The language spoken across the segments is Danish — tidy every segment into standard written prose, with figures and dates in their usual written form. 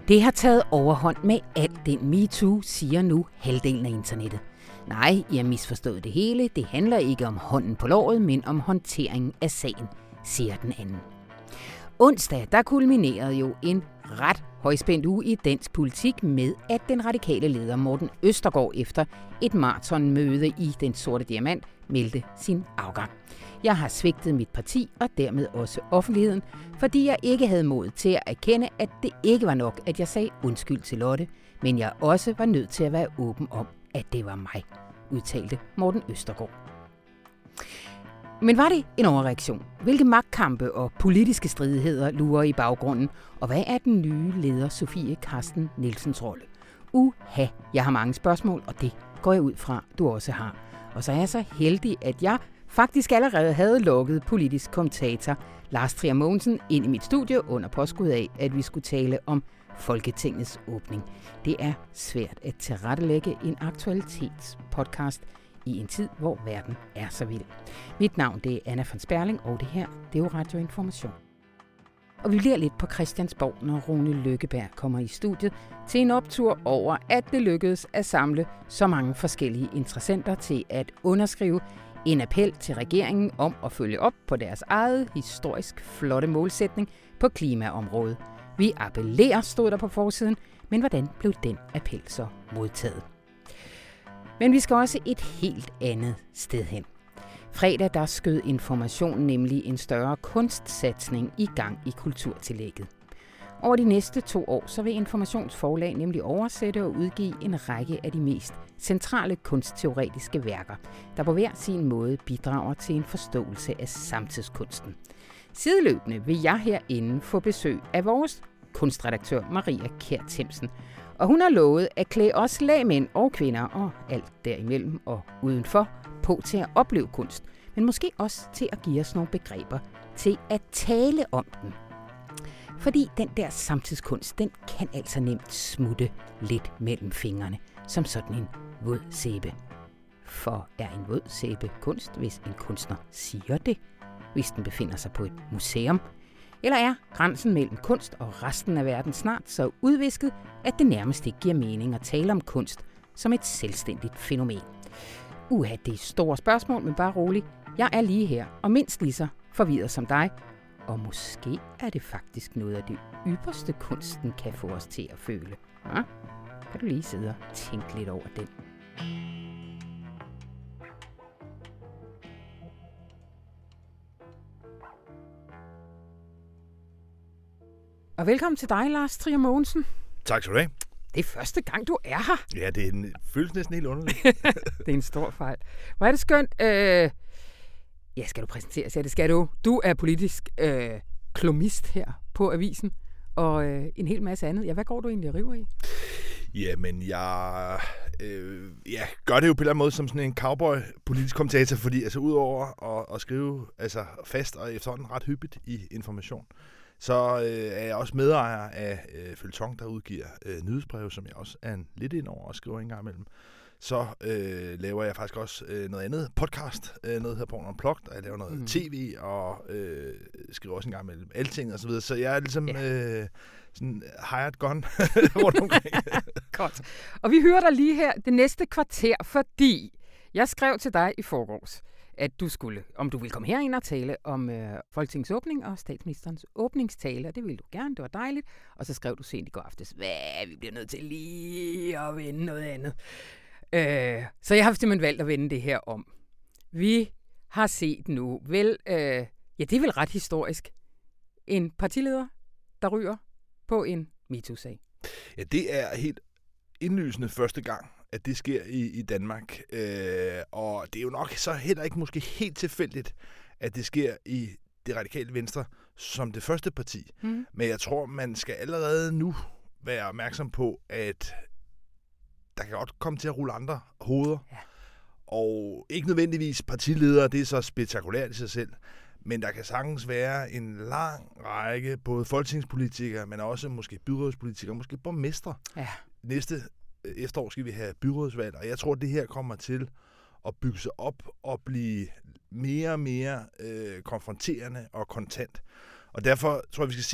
Det har taget overhånd med alt den MeToo, siger nu halvdelen af internettet. Nej, I har misforstået det hele. Det handler ikke om hånden på låret, men om håndteringen af sagen, siger den anden. Onsdag, der kulminerede jo en ret højspændt uge i dansk politik med, at den radikale leder Morten Østergaard efter et maratonmøde i Den Sorte Diamant meldte sin afgang. Jeg har svigtet mit parti og dermed også offentligheden, fordi jeg ikke havde mod til at erkende, at det ikke var nok, at jeg sagde undskyld til Lotte, men jeg også var nødt til at være åben om, at det var mig, udtalte Morten Østergaard. Men var det en overreaktion? Hvilke magtkampe og politiske stridigheder lurer i baggrunden? Og hvad er den nye leder Sofie Carsten Nielsens rolle? Jeg har mange spørgsmål, og det går jeg ud fra, du også har. Og så er jeg så heldig, at jeg faktisk allerede havde lukket politisk kommentator Lars Trier Mogensen ind i mit studie under påskud af, at vi skulle tale om Folketingets åbning. Det er svært at tilrettelægge en aktualitetspodcast i en tid, hvor verden er så vild. Mit navn det er Anna von Sperling, og det her det er jo Radio Information. Og vi bliver lidt på Christiansborg, når Rune Lykkeberg kommer i studiet til en optur over, at det lykkedes at samle så mange forskellige interessenter til at underskrive en appel til regeringen om at følge op på deres eget historisk flotte målsætning på klimaområdet. Vi appellerer, stod der på forsiden, men hvordan blev den appel så modtaget? Men vi skal også et helt andet sted hen. Fredag der skød Information nemlig en større kunstsatsning i gang i Kulturtillægget. Over de næste 2 år så vil Informations forlag nemlig oversætte og udgive en række af de mest centrale kunstteoretiske værker, der på hver sin måde bidrager til en forståelse af samtidskunsten. Sideløbende vil jeg herinde få besøg af vores kunstredaktør Maria Kjær Themsen, og hun har lovet at klæde os lægmænd og kvinder og alt derimellem og udenfor på til at opleve kunst, men måske også til at give os nogle begreber til at tale om den. Fordi den der samtidskunst, den kan altså nemt smutte lidt mellem fingrene, som sådan en våd sæbe. For er en våd sæbe kunst, hvis en kunstner siger det, hvis den befinder sig på et museum? Eller er grænsen mellem kunst og resten af verden snart så udvisket, at det nærmest ikke giver mening at tale om kunst som et selvstændigt fænomen? Det er store spørgsmål, men bare rolig. Jeg er lige her, og mindst lige så forvirret som dig. Og måske er det faktisk noget af det ypperste kunsten kan få os til at føle. Ja? Kan du lige sidde og tænke lidt over den? Og velkommen til dig, Lars Trier Mogensen. Tak skal du have. Det er første gang, du er her. Ja, det føles næsten helt underligt. Det er en stor fejl. Hvor er det skønt. Skal du præsenteres? Ja, det skal du. Du er politisk klumist her på Avisen, og en hel masse andet. Ja, hvad går du egentlig og river i? Jamen, jeg gør det jo på en eller anden måde som sådan en cowboy-politisk kommentator, fordi altså udover at skrive altså fast og efterhånden ret hyppigt i Information, så er jeg også medejer af Føljeton, der udgiver nyhedsbreve, som jeg også er lidt ind over og skriver en gang imellem. Så laver jeg faktisk også noget andet podcast, noget her på Unplugged, og jeg laver noget tv, og skriver også en gang imellem alting og så videre. Så jeg er ligesom sådan hired gun rundt omkring. Godt. Og vi hører dig lige her det næste kvarter, fordi jeg skrev til dig i forgårs, at du skulle, om du ville komme herind og tale om Folketingets åbning og statsministerens åbningstale, og det ville du gerne, det var dejligt. Og så skrev du sent i går aftes, vi bliver nødt til lige at vende noget andet. Så jeg har simpelthen valgt at vende det her om. Vi har set nu, det er vel ret historisk, en partileder, der ryger på en MeToo-sag. Ja, det er helt indlysende første gang, at det sker i Danmark. Og det er jo nok så heller ikke måske helt tilfældigt, at det sker i det radikale Venstre som det første parti. Men jeg tror, man skal allerede nu være opmærksom på, at der kan godt komme til at rulle andre hoveder. Ja. Og ikke nødvendigvis partiledere, det er så spektakulært i sig selv. Men der kan sagtens være en lang række, både folketingspolitikere, men også måske byrådspolitikere, måske borgmestre. Ja. Næste efterår skal vi have byrådsvalg, og jeg tror, at det her kommer til at bygge sig op og blive mere og mere konfronterende og kontant. Og derfor tror jeg, vi skal se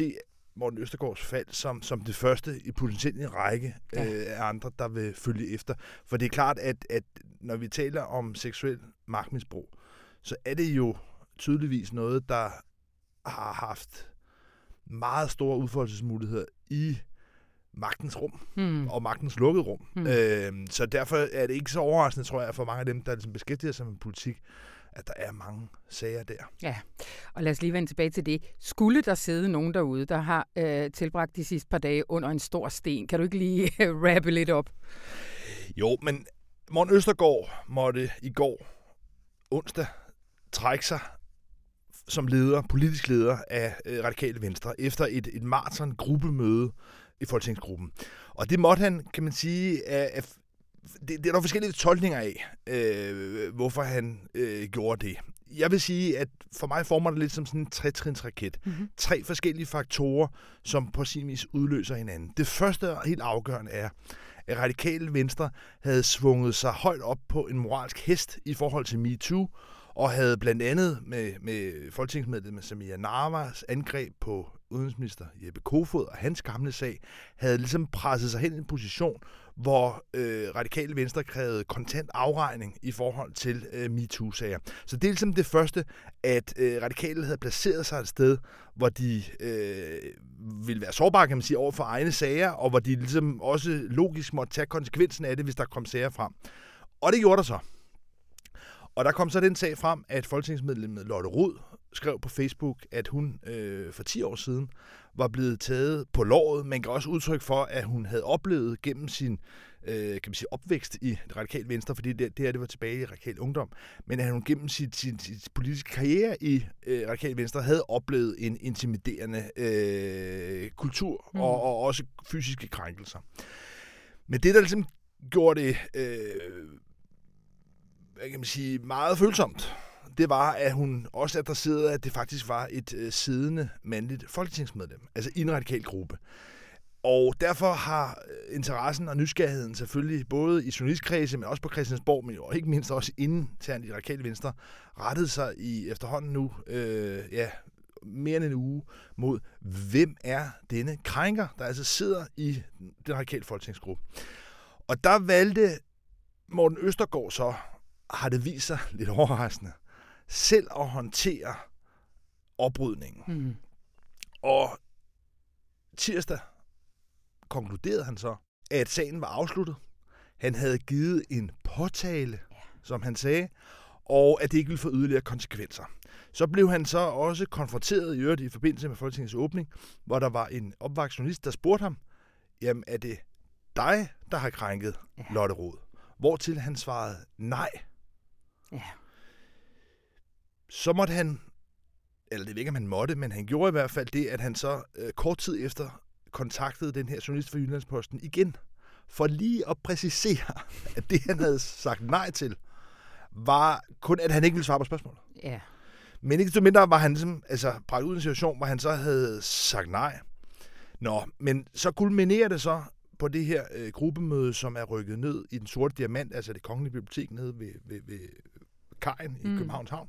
Morten Østergaards fald som det første i potentielt en række af andre, der vil følge efter. For det er klart, at når vi taler om seksuel magtmisbrug, så er det jo tydeligvis noget, der har haft meget store udfoldelsesmuligheder i magtens rum og magtens lukkede rum. Så derfor er det ikke så overraskende, tror jeg, for mange af dem, der ligesom beskæftiger sig med politik, at der er mange sager der. Ja, og lad os lige vende tilbage til det. Skulle der sidde nogen derude, der har tilbragt de sidste par dage under en stor sten? Kan du ikke lige rappe lidt op? Jo, men Morten Østergaard måtte i går onsdag trække sig som leder, politisk leder af Radikale Venstre, efter et maraton-gruppemøde i Folketingsgruppen. Og det måtte han, kan man sige, det er der forskellige tolkninger af, hvorfor han gjorde det. Jeg vil sige, at for mig former det lidt som sådan en tretrinsraket. Mm-hmm. 3 forskellige faktorer, som på sin vis udløser hinanden. Det første og helt afgørende er, at Radikale Venstre havde svunget sig højt op på en moralsk hest i forhold til MeToo, og havde blandt andet med folketingsmedlem Samira Nawas angreb på udenrigsminister Jeppe Kofod og hans gamle sag, havde ligesom presset sig hen i en position, hvor Radikale Venstre krævede kontant afregning i forhold til MeToo-sager. Så det er ligesom det første, at Radikale havde placeret sig et sted, hvor de ville være sårbare, kan man sige, over for egne sager, og hvor de ligesom også logisk måtte tage konsekvensen af det, hvis der kom sager frem. Og det gjorde der så. Og der kom så den sag frem, at folketingsmedlemmet Lotte Rod skrev på Facebook, at hun for 10 år siden var blevet taget på låret. Man kan også udtrykke for, at hun havde oplevet gennem sin kan man sige, opvækst i Radikale Venstre, fordi det var tilbage i Radikal Ungdom, men at hun gennem sin politiske karriere i Radikale Venstre havde oplevet en intimiderende kultur og også fysiske krænkelser. Men det, der ligesom gjorde det kan man sige, meget følsomt, det var, at hun også adresserede, at det faktisk var et siddende mandligt folketingsmedlem, altså i en radikal gruppe. Og derfor har interessen og nysgerrigheden selvfølgelig både i journalistkredse, men også på Christiansborg, men jo ikke mindst også internt i Radikale Venstre, rettet sig i efterhånden nu mere end en uge mod, hvem er denne krænker, der altså sidder i den radikale folketingsgruppe. Og der valgte Morten Østergaard så, har det vist sig lidt overraskende, selv at håndtere oprydningen. Og tirsdag konkluderede han så, at sagen var afsluttet. Han havde givet en påtale, som han sagde, og at det ikke ville få yderligere konsekvenser. Så blev han så også konfronteret i øvrigt i forbindelse med Folketingets åbning, hvor der var en opvagt journalist, der spurgte ham, jamen er det dig, der har krænket Lotte Rod? Hvortil han svarede nej. Ja. Så måtte han, eller det ved ikke, om han måtte, men han gjorde i hvert fald det, at han så kort tid efter kontaktede den her journalist fra Jyllandsposten igen, for lige at præcisere, at det, han havde sagt nej til, var kun, at han ikke ville svare på spørgsmålet. Ja. Men ikke så mindre var han ligesom, bragt ud i en situation, hvor han så havde sagt nej. Nå, men så kulminerer det så på det her gruppemøde, som er rykket ned i den sorte diamant, altså det kongelige bibliotek nede ved kajen i Københavns Havn.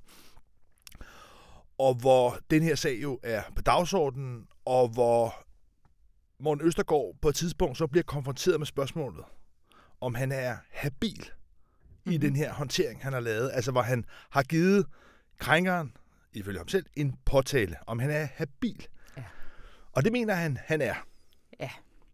Og hvor den her sag jo er på dagsordenen, og hvor Morten Østergaard på et tidspunkt så bliver konfronteret med spørgsmålet, om han er habil i den her håndtering, han har lavet. Altså hvor han har givet krænkeren, ifølge ham selv, en påtale, om han er habil. Ja. Og det mener han er. Ja.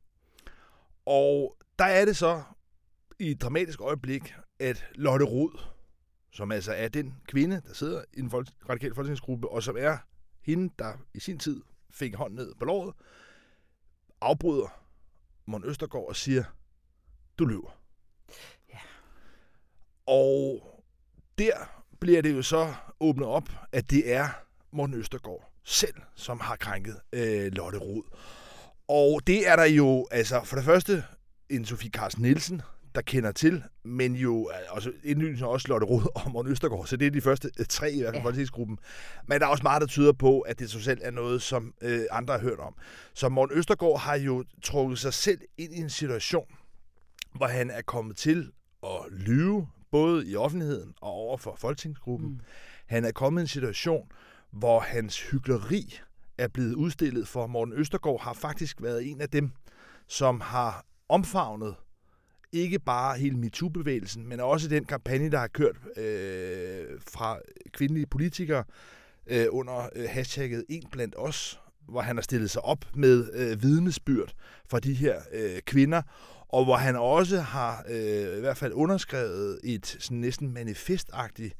Og der er det så i et dramatisk øjeblik, at Lotte Rod, som altså er den kvinde, der sidder i en radikal folketingsgruppe, og som er hende, der i sin tid fik hånden ned på låret, afbryder Morten Østergaard og siger, du lyver. Ja. Og der bliver det jo så åbnet op, at det er Morten Østergaard selv, som har krænket Lotte Rod. Og det er der jo, altså for det første, en Sofie Carsten Nielsen, der kender til, men jo indlysende også Lotte Rod og Morten Østergaard, så det er de første 3 i hvert fald folketingsgruppen. Men der er også meget, der tyder på, at det socialt er noget, som andre har hørt om. Så Morten Østergaard har jo trukket sig selv ind i en situation, hvor han er kommet til at lyve, både i offentligheden og over for folketingsgruppen. Han er kommet i en situation, hvor hans hykleri er blevet udstillet for Morten Østergaard, har faktisk været en af dem, som har omfavnet ikke bare hele MeToo-bevægelsen, men også den kampagne, der har kørt fra kvindelige politikere under hashtagget En blandt os, hvor han har stillet sig op med vidnesbyrd fra de her kvinder, og hvor han også har i hvert fald underskrevet et sådan næsten manifestagtig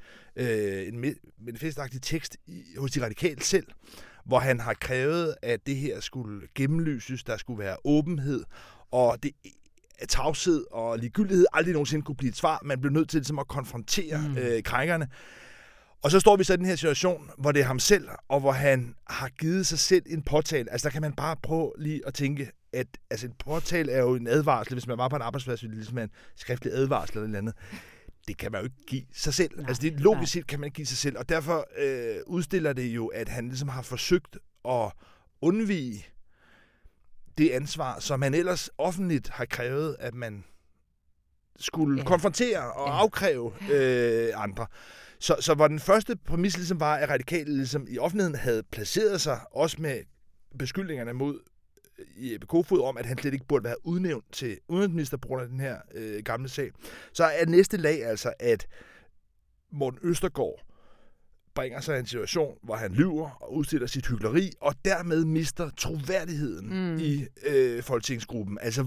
tekst hos de radikale selv, hvor han har krævet, at det her skulle gennemlyses, der skulle være åbenhed, og det tavshed og ligegyldighed aldrig nogensinde kunne blive et svar. Man blev nødt til ligesom at konfrontere krænkerne. Og så står vi så i den her situation, hvor det er ham selv, og hvor han har givet sig selv en påtale. Altså der kan man bare prøve lige at tænke, at altså, en påtale er jo en advarsel. Hvis man var på en arbejdsplads, ville det ligesom en skriftlig advarsel eller noget andet. Det kan man jo ikke give sig selv. Nej, altså det logisk set kan man ikke give sig selv. Og derfor udstiller det jo, at han ligesom har forsøgt at undvige det ansvar, som han ellers offentligt har krævet, at man skulle konfrontere og afkræve andre. Så hvor den første præmis ligesom var, at radikale ligesom i offentligheden havde placeret sig, også med beskyldningerne mod Jeppe Kofod om, at han slet ikke burde være udnævnt til udenrigsminister på grund af den her gamle sag, så er næste lag altså, at Morten Østergaard bringer sig i en situation, hvor han lyver og udstiller sit hykleri, og dermed mister troværdigheden i folketingsgruppen. Altså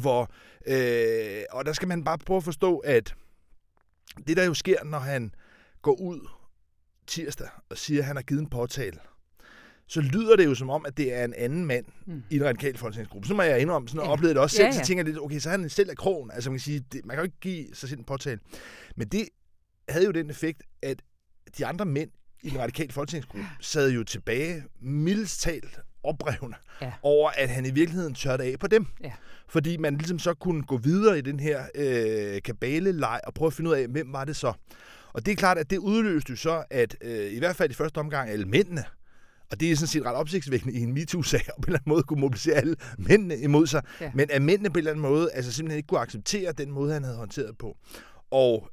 og der skal man bare prøve at forstå, at det der jo sker, når han går ud tirsdag og siger, at han har givet en påtale, så lyder det jo som om, at det er en anden mand i den radikale folketingsgruppe. Så må jeg indrømme, sådan oplevede det også selv, så tænker jeg lidt, okay, så er han selv af krogen. Altså man kan sige, man kan jo ikke give sig selv en påtale. Men det havde jo den effekt, at de andre mænd i den radikale folketingsgruppe sad jo tilbage mildest talt oprevne over, at han i virkeligheden tørte af på dem. Ja. Fordi man ligesom så kunne gå videre i den her kabale-leg og prøve at finde ud af, hvem var det så. Og det er klart, at det udløste jo så, at i hvert fald i første omgang alle mændene, og det er sådan set ret opsigtsvækkende i en MeToo-sag, og på en eller anden måde kunne mobilisere alle mændene imod sig, men at mændene på en eller anden måde altså simpelthen ikke kunne acceptere den måde, han havde håndteret på. Og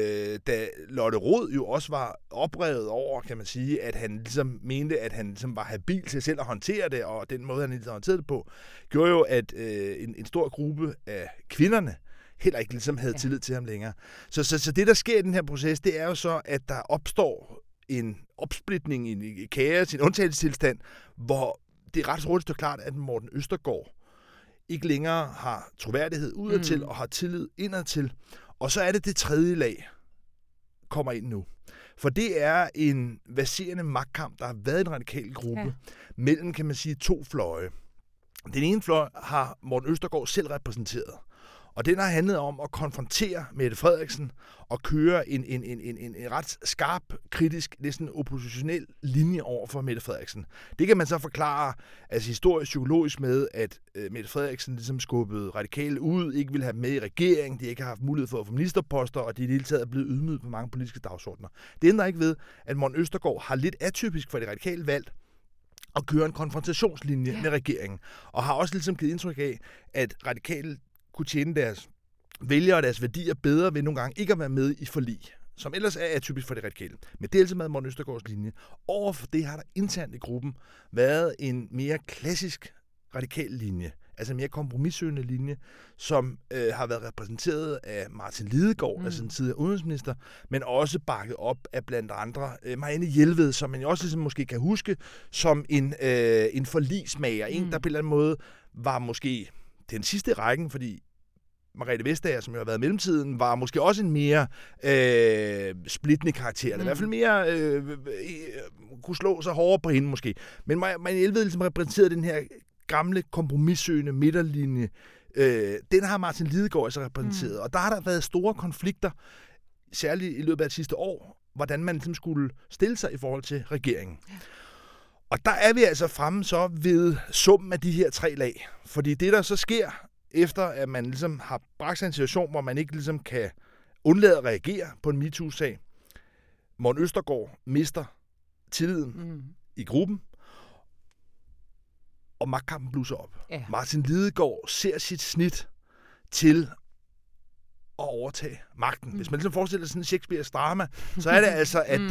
da Lotte Rod jo også var oprevet over, kan man sige, at han ligesom mente, at han ligesom var habil til selv at håndtere det, og den måde, han ligesom håndterede det på, gjorde jo, at en stor gruppe af kvinderne heller ikke ligesom havde tillid til ham længere. Så det, der sker i den her proces, det er jo så, at der opstår en opsplitning, en kaos, en undtagelsestilstand, hvor det er ret hurtigt står klart, at Morten Østergaard ikke længere har troværdighed udadtil og har tillid indadtil. Og så er det tredje lag, kommer ind nu. For det er en verserende magtkamp, der har været i en radikal gruppe, mellem, kan man sige, to fløje. Den ene fløj har Morten Østergaard selv repræsenteret. Og den har handlet om at konfrontere Mette Frederiksen og køre en ret skarp, kritisk, næsten oppositionel linje over for Mette Frederiksen. Det kan man så forklare altså historisk, psykologisk med, at Mette Frederiksen ligesom skubbede radikale ud, ikke ville have med i regeringen, de ikke har haft mulighed for at få ministerposter, og de i det hele taget er blevet ydmyget på mange politiske dagsordner. Det ændrer ikke ved, at Morten Østergaard har lidt atypisk for det radikale valg at køre en konfrontationslinje med regeringen, og har også ligesom givet indtryk af, at radikale kunne tjene deres vælgere og deres værdier bedre ved nogle gange ikke at være med i forlig, som ellers er atypisk for det radikale. Men det er altid med Morten Østergaards linje. Overfor det har der internt i gruppen været en mere klassisk radikal linje, altså en mere kompromissøgende linje, som har været repræsenteret af Martin Lidegaard, altså den tidligere udenrigsminister, men også bakket op af blandt andre Marianne Jelved, som man jo også ligesom måske kan huske som en forligsmager, en der på en eller anden måde var måske den sidste rækken, fordi Margrethe Vestager, som jo har været i mellemtiden, var måske også en mere splittende karakter, eller i hvert fald mere kunne slå sig hårdere på hende måske. Men Marianne Jelved ligesom repræsenterede den her gamle kompromissøgende midterlinje. Den har Martin Lidegaard altså repræsenteret, og der har der været store konflikter, særligt i løbet af det sidste år, hvordan man ligesom skulle stille sig i forhold til regeringen. Ja. Og der er vi altså fremme så ved summen af de her tre lag. Fordi det, der så sker, efter at man ligesom har bragt sig en situation, hvor man ikke ligesom kan undlade at reagere på en MeToo-sag. Morten Østergaard mister tilliden i gruppen, og magtkampen blusser op. Ja. Martin Lidegaard ser sit snit til at overtage magten. Hvis man ligesom forestiller sådan en Shakespeares drama, så er det altså, at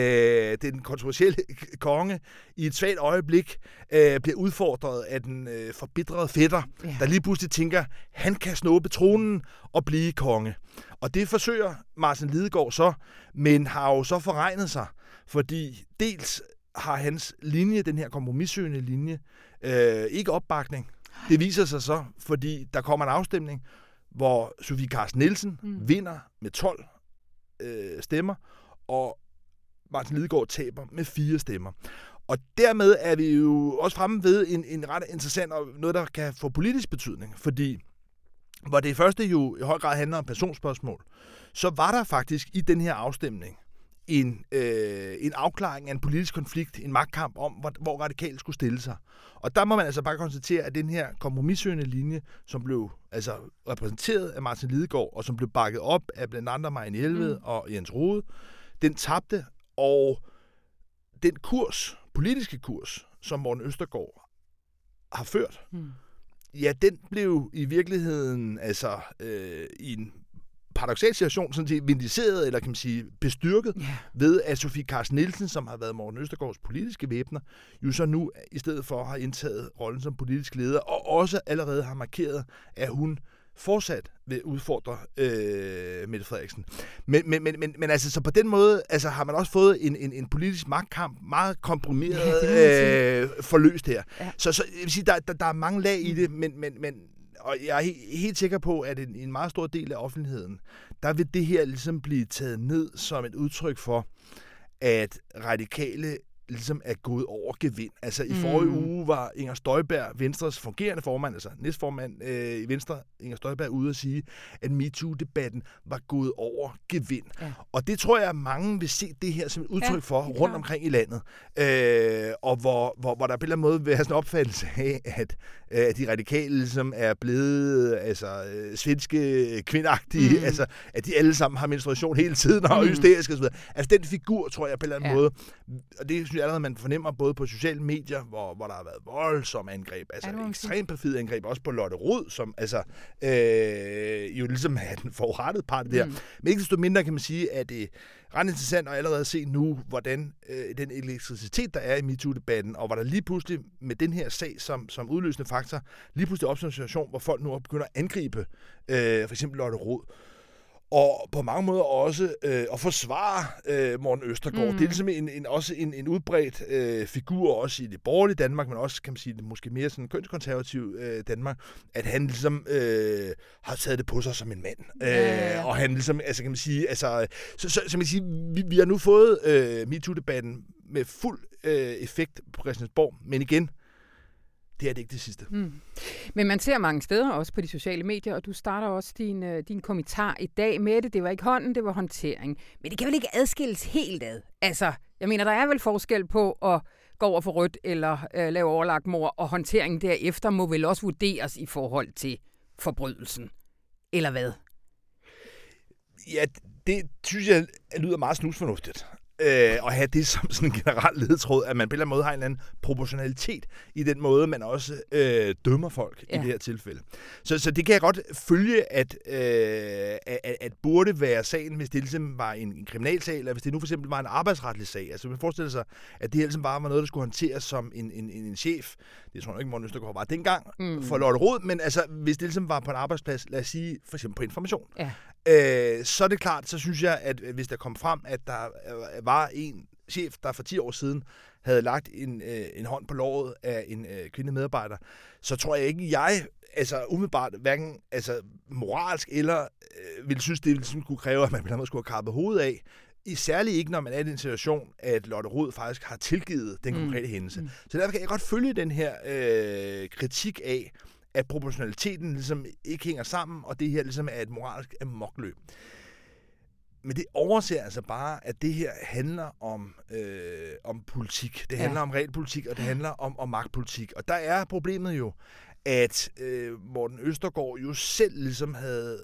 den kontroversielle konge i et svagt øjeblik bliver udfordret af den forbitrede fætter, der lige pludselig tænker, han kan snuppe tronen og blive konge. Og det forsøger Martin Lidegaard så, men har jo så forregnet sig, fordi dels har hans linje, den her kompromissøgende linje, ikke opbakning. Det viser sig så, fordi der kommer en afstemning, hvor Sofie Carsten Nielsen vinder med 12 stemmer, og Martin Lidegaard taber med 4 stemmer. Og dermed er vi jo også fremme ved en ret interessant og noget, der kan få politisk betydning, fordi hvor det første jo i høj grad handler om personspørgsmål, så var der faktisk i den her afstemning en afklaring af en politisk konflikt, en magtkamp om, hvor Radikale skulle stille sig. Og der må man altså bare konstatere, at den her kompromissøgende linje, som blev altså repræsenteret af Martin Lidegaard, og som blev bakket op af blandt andre Marianne Jelved og Jens Rohde, den tabte, og den politiske kurs, som Morten Østergaard har ført, ja, den blev i virkeligheden altså i en paradoksal situation sådan set vindiceret, eller kan man sige bestyrket, ved at Sofie Carsten Nielsen, som har været Morten Østergaards politiske væbner, jo så nu i stedet for har indtaget rollen som politisk leder, og også allerede har markeret, at hun fortsat vil udfordre Mette Frederiksen. Men altså, så på den måde altså, har man også fået en politisk magtkamp, meget komprimeret forløst her. Ja. Så jeg vil sige, der er mange lag i det, men og jeg er helt sikker på, at en meget stor del af offentligheden, der vil det her ligesom blive taget ned som et udtryk for, at Radikale ligesom er gået over gevind. Altså i forrige uge var Inger Støjberg, Venstres fungerende formand, altså næstformand i Venstre, Inger Støjberg, ude at sige, at MeToo-debatten var gået over gevind. Ja. Og det tror jeg, at mange vil se det her som et udtryk for rundt omkring i landet. Og hvor der på en eller anden måde vil have sådan en opfattelse af, at de radikale ligesom er blevet altså, svenske, kvindagtige, altså at de alle sammen har menstruation hele tiden og hysterisk osv. Altså den figur, tror jeg på en eller anden måde, og det synes jeg allerede, man fornemmer både på sociale medier, hvor der har været voldsomme angreb, altså ekstremt perfide angreb, også på Lotte Rod, som altså jo ligesom er den forurettede part der. Men ikke desto mindre kan man sige, at det er ret interessant at allerede se nu, hvordan den elektricitet, der er i MeToo-debatten, og hvor der lige pludselig med den her sag som udløsende faktor, lige pludselig opstår en situation, hvor folk nu begynder at angribe for eksempel Lotte Rod. Og på mange måder også at forsvare Morten Østergaard. Det er ligesom også en udbredt figur, også i det borgerlige Danmark, men også, kan man sige, måske mere sådan kønskonservativ Danmark, at han ligesom har taget det på sig som en mand. Og han ligesom, altså kan man sige, altså, så man sige, vi har nu fået MeToo-debatten med fuld effekt på Christiansborg, men igen, det er det ikke det sidste. Men man ser mange steder, også på de sociale medier, og du starter også din kommentar i dag med det. Det var ikke hånden, det var håndtering. Men det kan vel ikke adskilles helt ad? Altså, jeg mener, der er vel forskel på at gå over for rødt eller lave overlagt mord, og håndteringen derefter må vel også vurderes i forhold til forbrydelsen. Eller hvad? Ja, det synes jeg lyder meget snusfornuftigt. Og have det som sådan en generel ledetråd, at man på en eller anden måde har en eller anden proportionalitet i den måde, man også dømmer folk i det her tilfælde. Så det kan jeg godt følge, at burde være sagen, hvis det ligesom var en kriminalsag, eller hvis det nu for eksempel var en arbejdsretlig sag. Altså man forestiller sig, at det ligesom bare var noget, der skulle håndteres som en chef. Det tror jeg ikke, Morten Østergaard var dengang for Lotte Rod, men altså hvis det ligesom var på en arbejdsplads, lad os sige for eksempel på Information, så er det klart, så synes jeg, at hvis der kom frem, at der var en chef, der for 10 år siden havde lagt en hånd på låret af en kvindelig medarbejder, så tror jeg ikke, altså umiddelbart hverken altså, moralsk eller ville synes, det ligesom kunne kræve, at man blandt andet skulle have kappet hovedet af. Særligt ikke, når man er i den situation, at Lotte Rod faktisk har tilgivet den konkrete hændelse. Så derfor kan jeg godt følge den her kritik af, at proportionaliteten ligesom ikke hænger sammen, og det her ligesom er et moralsk amokløb. Men det overser altså bare, at det her handler om politik. Det handler om realpolitik, og det handler om magtpolitik. Og der er problemet jo, at Morten Østergaard jo selv ligesom havde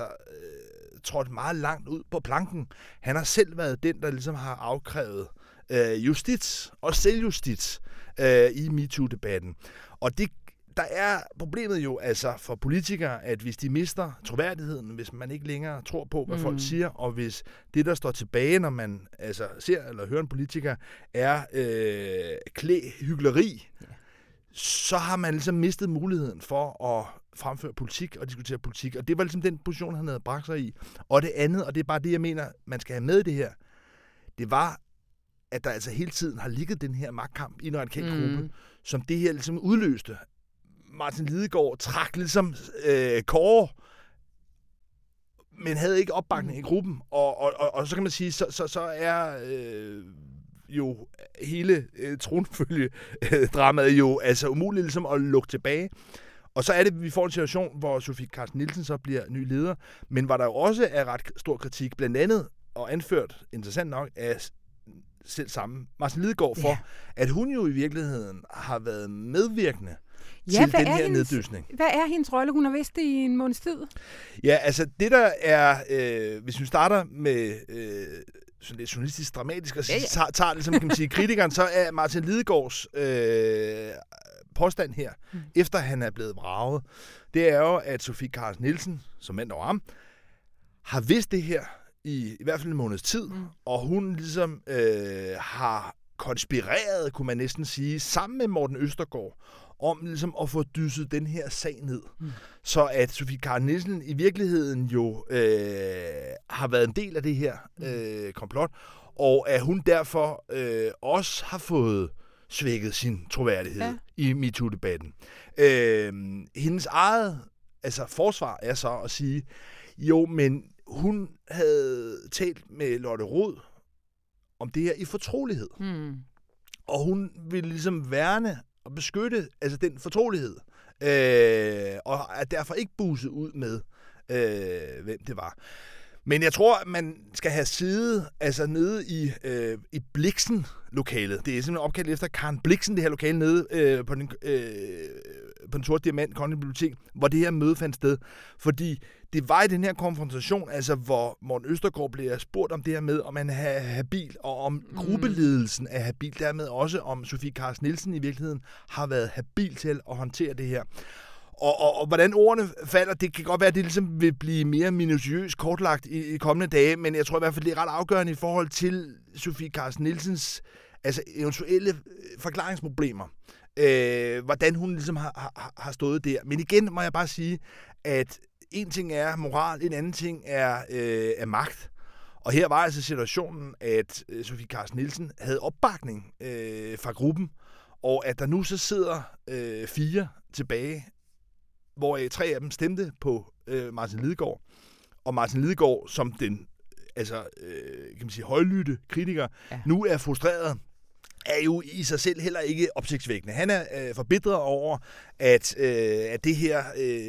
trådt meget langt ud på planken. Han har selv været den, der ligesom har afkrævet justits og selvjustits i MeToo-debatten. Og det der er problemet jo altså for politikere, at hvis de mister troværdigheden, hvis man ikke længere tror på, hvad folk siger, og hvis det, der står tilbage, når man altså ser eller hører en politiker, er hykleri, så har man ligesom mistet muligheden for at fremføre politik og diskutere politik. Og det var ligesom den position, han havde bragt sig i. Og det andet, og det er bare det, jeg mener, man skal have med i det her, det var, at der altså hele tiden har ligget den her magtkamp i en radikal gruppe, som det her ligesom udløste. Martin Lidegaard trak ligesom Kåre, men havde ikke opbakning i gruppen. Og så kan man sige, så er jo hele tronfølgedramaet jo altså umuligt ligesom at lukke tilbage. Og så er det, vi får en situation, hvor Sofie Carsten Nielsen så bliver ny leder, men var der jo også er ret stor kritik, blandt andet og anført, interessant nok, af selv samme Martin Lidegaard for, at hun jo i virkeligheden har været medvirkende til den her neddysning. Hvad er hendes rolle? Hun har vidst det i en måneds tid. Ja, altså det der er, hvis vi starter med sådan lidt journalistisk dramatisk, og tager det som kan man sige, kritikeren, så er Martin Lidegaards påstand her, efter han er blevet vraget, det er jo, at Sofie Carsten Nielsen, som mand over ham, har vidst det her i hvert fald en måneds tid, og hun ligesom har konspireret, kunne man næsten sige, sammen med Morten Østergaard, om ligesom at få dysset den her sag ned. Så at Sofie Carsten Nielsen i virkeligheden jo har været en del af det her komplot, og at hun derfor også har fået svækket sin troværdighed i MeToo-debatten. Hendes eget forsvar er så at sige, jo, men hun havde talt med Lotte Rod om det her i fortrolighed. Og hun ville ligesom værne og beskytte den fortrolighed. Og er derfor ikke buset ud med, hvem det var. Men jeg tror, at man skal have siddet nede i Blixen-lokalet. Det er simpelthen opkaldt efter Karen Blixen, det her lokale nede på den Sorte Diamant, Kongelige Bibliotek, hvor det her møde fandt sted. Fordi det var i den her konfrontation, hvor Morten Østergaard bliver spurgt om det her med, om han er habil, og om gruppeledelsen er habil, dermed også om Sofie Carsten Nielsen i virkeligheden har været habil til at håndtere det her. Og hvordan ordene falder, det kan godt være, at det ligesom vil blive mere minutiøst kortlagt i kommende dage, men jeg tror i hvert fald, det er ret afgørende i forhold til Sofie Carsten Nielsens eventuelle forklaringsproblemer. Hvordan hun ligesom har stået der. Men igen må jeg bare sige, at en ting er moral, en anden ting er magt. Og her var altså situationen, at Sofie Carsten Nielsen havde opbakning fra gruppen, og at der nu så sidder 4 tilbage, hvor 3 af dem stemte på Martin Lidegaard. Og Martin Lidegaard, som den kan man sige, højlytte kritiker, nu er frustreret, er jo i sig selv heller ikke opsigtsvækkende. Han er forbitret over, at det her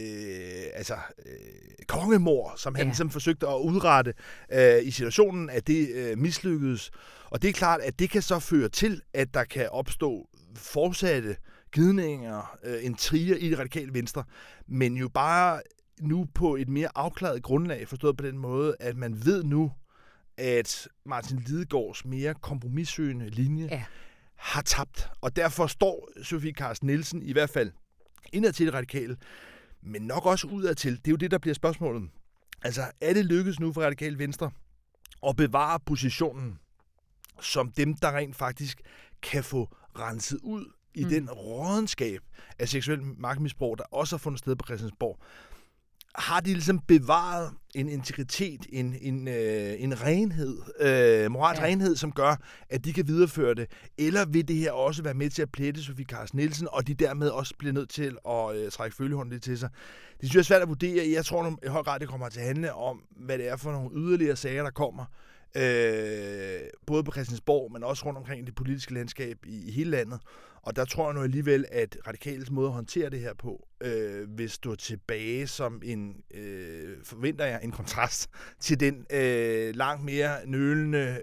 kongemord, som han ligesom forsøgte at udrette i situationen, at det mislykkedes. Og det er klart, at det kan så føre til, at der kan opstå fortsatte glidninger, intriger i det radikale venstre, men jo bare nu på et mere afklaret grundlag, forstået på den måde, at man ved nu, at Martin Lidegaards mere kompromissøgende linje har tabt. Og derfor står Sofie Carsten Nielsen i hvert fald indadtil det radikale, men nok også udadtil. Det er jo det, der bliver spørgsmålet. Altså, er det lykkedes nu for radikale venstre at bevare positionen som dem, der rent faktisk kan få renset ud i den rådenskab af seksuel magtmisbrug, der også har fundet sted på Christiansborg? Har de ligesom bevaret en integritet, en renhed, moralsk renhed, som gør, at de kan videreføre det? Eller vil det her også være med til at plætte Sofie Carsten Nielsen, og de dermed også bliver nødt til at trække følehornet til sig? Det synes jeg er svært at vurdere. Jeg tror i høj grad, det kommer til at handle om, hvad det er for nogle yderligere sager, der kommer. Både på Christiansborg, men også rundt omkring det politiske landskab i hele landet. Og der tror jeg nu alligevel, at radikales måde at håndtere det her på, vil stå tilbage som forventer jeg, en kontrast til den langt mere nølende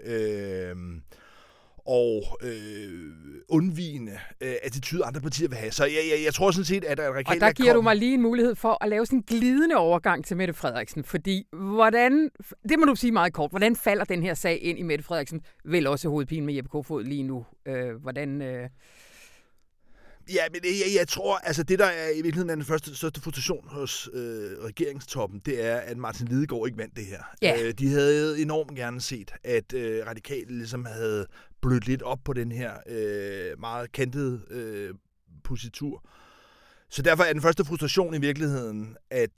og undvigende attitude, andre partier vil have. Så jeg tror sådan set, at radikale... Og der giver du mig lige en mulighed for at lave sådan en glidende overgang til Mette Frederiksen, fordi det må du sige meget kort, hvordan falder den her sag ind i Mette Frederiksen? Vel også hovedpine med Jeppe Kofod lige nu. Ja, men jeg tror, altså det, der er i virkeligheden er den største frustration hos regeringstoppen, det er, at Martin Lidegaard ikke vandt det her. Ja. De havde enormt gerne set, at Radikale ligesom havde blødt lidt op på den her meget kantede positur. Så derfor er den første frustration i virkeligheden,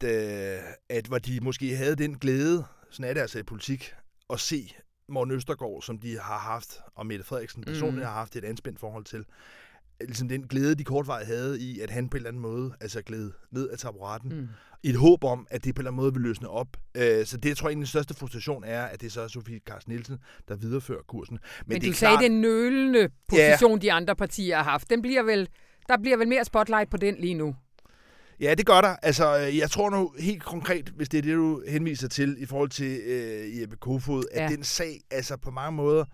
at hvor de måske havde den glæde, sådan er det altså i politik, at se Morten Østergaard, som de har haft, og Mette Frederiksen personligt har haft et anspændt forhold til, ligesom den glæde, de kortvarigt havde i, at han på en eller anden måde altså gled ned af taburetten, i et håb om, at det på en eller anden måde vil løsne op. Så det, tror jeg, den største frustration er, at det er så Sofie Carsten Nielsen, der viderefører kursen. Men det du sagde, den nølende position, de andre partier har haft, der bliver vel mere spotlight på den lige nu? Ja, det gør der. Altså, jeg tror nu helt konkret, hvis det er det, du henviser til i forhold til Jeppe Kofod, at den sag altså på mange måder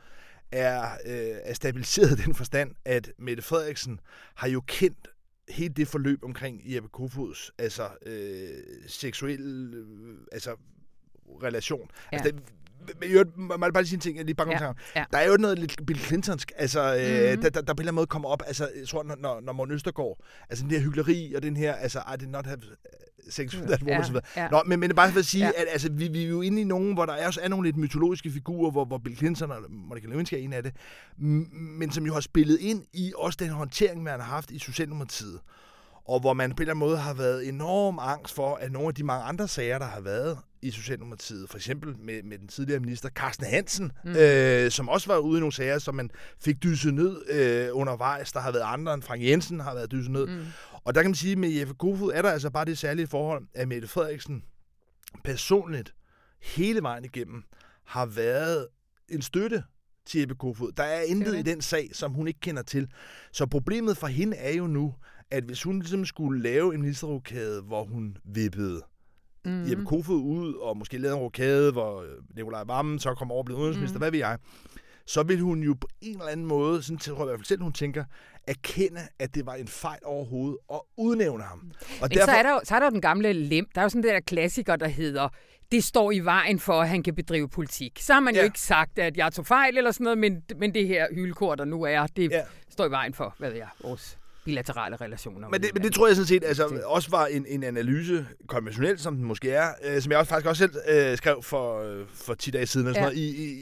er stabiliseret i den forstand, at Mette Frederiksen har jo kendt hele det forløb omkring Jeppe Kofods seksuelle relation. Ja. Altså, man bare lige sige en ting, jeg lige bange om. Ja. Der er jo noget lidt Bill Clintonsk, altså, der på en eller anden måde kommer op, altså, jeg tror, når Morten Østergaard, altså den her hykleri, og den her, altså, I did not have sex with that woman, osv. Nå, men det er bare for at sige, at altså, vi er jo inde i nogen, hvor der også er nogle lidt mytologiske figurer, hvor Bill Clinton og Monica Lewinsky er en af det, men som jo har spillet ind i også den håndtering, man har haft i Socialdemokratiet, og hvor man på en eller anden måde har været enorm angst for, at nogle af de mange andre sager, der har været i Socialdemokratiet, for eksempel med den tidligere minister Carsten Hansen, som også var ude i nogle sager, som man fik dysset ned undervejs. Der har været andre end Frank Jensen, har været dysset ned. Og der kan man sige, at med Jeppe Kofod er der altså bare det særlige forhold, at Mette Frederiksen personligt hele vejen igennem har været en støtte til Jeppe Kofod. Der er intet i den sag, som hun ikke kender til. Så problemet for hende er jo nu, at hvis hun ligesom skulle lave en ministerrokade, hvor hun vippede Jeppe Kofod ud, og måske lavede en rokade, hvor Nicolai Wammen så kommer over og bliver udenrigsminister, hvad ved jeg, så vil hun jo på en eller anden måde, sådan tror jeg i hvert fald selv, hun tænker, erkende, at det var en fejl overhovedet, og udnævne ham. Og derfor... så er der den gamle lem. Der er jo sådan der klassiker, der hedder, det står i vejen for, at han kan bedrive politik. Så har man jo ikke sagt, at jeg tog fejl eller sådan noget, men det her hylekor, der nu er, det står i vejen for, hvad ved jeg, vores bilaterale relationer. Men det tror jeg sådan set også var en analyse, konventionelt som den måske er, som jeg faktisk også selv skrev for 10 dage siden og sådan noget,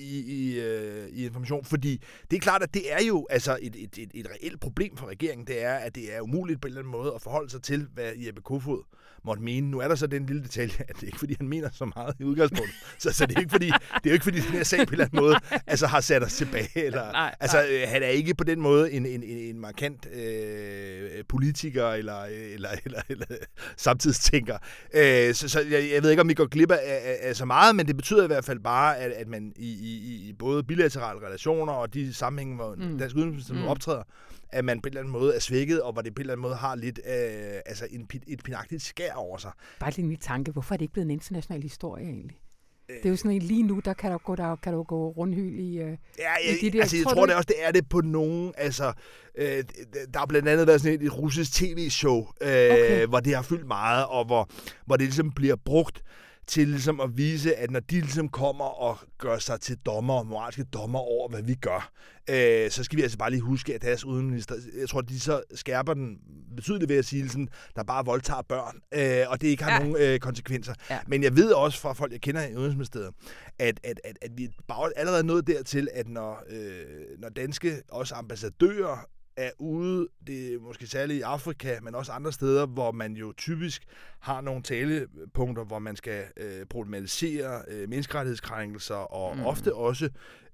i Information. Fordi det er klart, at det er jo altså et reelt problem for regeringen. Det er, at det er umuligt på en eller anden måde at forholde sig til, hvad Jeppe Kofod måtte mene. Nu er der så den lille detalje, at det er ikke fordi, han mener så meget i udgangspunktet. så det er jo ikke fordi den her sag på en eller anden måde altså, har sat os tilbage. Eller, nej. Han er ikke på den måde en markant politiker eller samtidstænker. Så jeg ved ikke, om vi går glip af så meget, men det betyder i hvert fald bare, at man i både bilaterale relationer og de sammenhænge, hvor dansk udenrigsminister optræder, at man på en eller anden måde er svækket, og hvor det på en eller anden måde har lidt et pinagtigt skær over sig. Bare lige en tanke, hvorfor er det ikke blevet en international historie egentlig? Det er jo sådan en, lige nu, der kan du gå rundhyld i de der... Altså, jeg tror det også, det er det på nogen... Altså, der har blandt andet været sådan et russisk tv-show, hvor det har fyldt meget, og hvor det ligesom bliver brugt til ligesom at vise, at når de ligesom kommer og gør sig til moralske dommer over, hvad vi gør, så skal vi altså bare lige huske, at deres udenrigsminister, jeg tror, de så skærper den betydeligt ved at sige, sådan, der bare voldtager børn, og det ikke har nogen konsekvenser. Ja. Men jeg ved også fra folk, jeg kender i Udenrigsministeriet, at vi bare allerede nået dertil, at når danske også ambassadører er ude, det er måske særligt i Afrika, men også andre steder, hvor man jo typisk har nogle talepunkter, hvor man skal problematisere menneskerettighedskrænkelser, og ofte også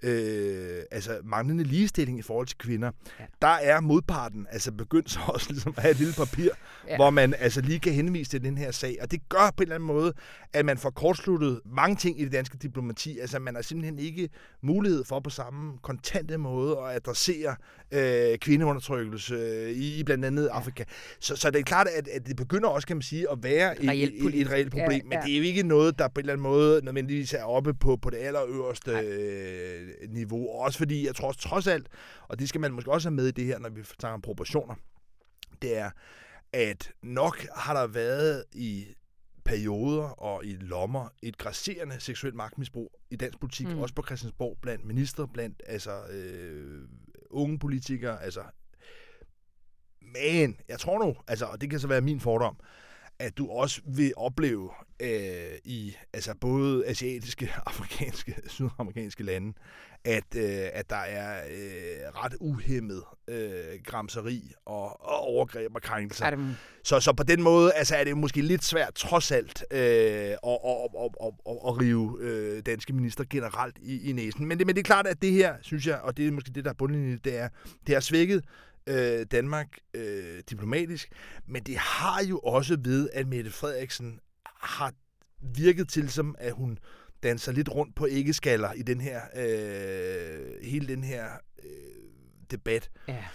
manglende ligestilling i forhold til kvinder. Ja. Der er modparten begyndt så også ligesom at have et lille papir, hvor man lige kan henvise til den her sag, og det gør på en eller anden måde, at man får kortsluttet mange ting i det danske diplomati. Altså man har simpelthen ikke mulighed for på samme kontante måde at adressere kvindeundertrykkelse i blandt andet Afrika. Så det er klart, at det begynder også, kan man sige, at være et reelt problem, men det er jo ikke noget, der på en eller anden måde nødvendigvis er oppe på det allerøverste niveau. Også fordi, jeg tror trods alt, og det skal man måske også have med i det her, når vi snakker om proportioner, det er, at nok har der været i perioder og i lommer et grasserende seksuelt magtmisbrug i dansk politik, også på Christiansborg, blandt minister, blandt unge politikere, Men jeg tror nu, altså, og det kan så være min fordom, at du også vil opleve i både asiatiske, afrikanske, sydamerikanske lande, at der er ret uhæmmet gramseri og overgreb og krænkelser. Så på den måde er det måske lidt svært trods alt at rive danske minister generelt i næsen. Men det er klart, at det her, synes jeg, og det er måske det, der er bundlinjen, det har svækket Danmark diplomatisk, men det har jo også ved, at Mette Frederiksen har virket til, som at hun danser lidt rundt på æggeskaller i den her hele den her debat,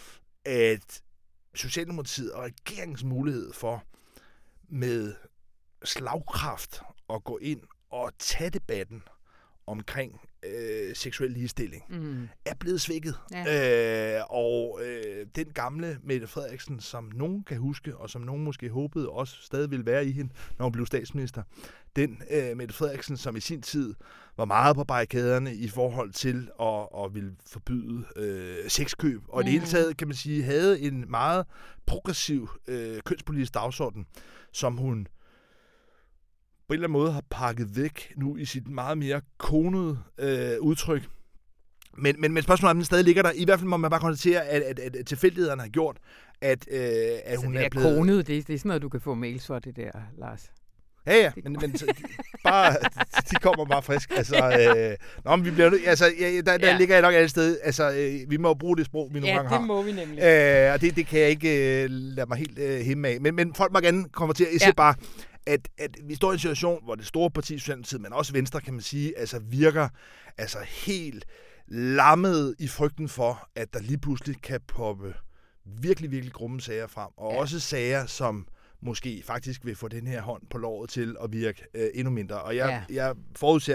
at Socialdemokratiet og regeringens mulighed for med slagkraft at gå ind og tage debatten omkring seksuel ligestilling, er blevet svækket. Ja. Den gamle Mette Frederiksen, som nogen kan huske, og som nogen måske håbede også stadig ville være i hende, når hun blev statsminister, den Mette Frederiksen, som i sin tid var meget på barrikaderne i forhold til at ville forbyde sexkøb, og i det hele taget, kan man sige, havde en meget progressiv kønspolitisk dagsorden, som hun på en eller anden måde har pakket væk nu i sit meget mere konede udtryk. Men spørgsmålet om den stadig ligger der. I hvert fald må man bare konstatere, at tilfældighederne har gjort, at hun er blevet... Konet, det er sådan noget, du kan få mails for, det der, Lars. Ja, men bare, de kommer bare frisk. Men vi bliver der ligger jeg nok alle steder. Vi må bruge det sprog, vi nogle gange har. Ja, det må vi nemlig. Og det kan jeg ikke lade mig helt hæmme af. Men folk må gerne konvertere. Jeg siger bare, at vi står i en situation, hvor det store parti, Socialdemokratiet, men også Venstre, kan man sige, virker helt lammet i frygten for, at der lige pludselig kan poppe virkelig, virkelig grumme sager frem. Og også sager, som måske faktisk vil få den her hånd på låret til at virke endnu mindre. Og jeg forudser,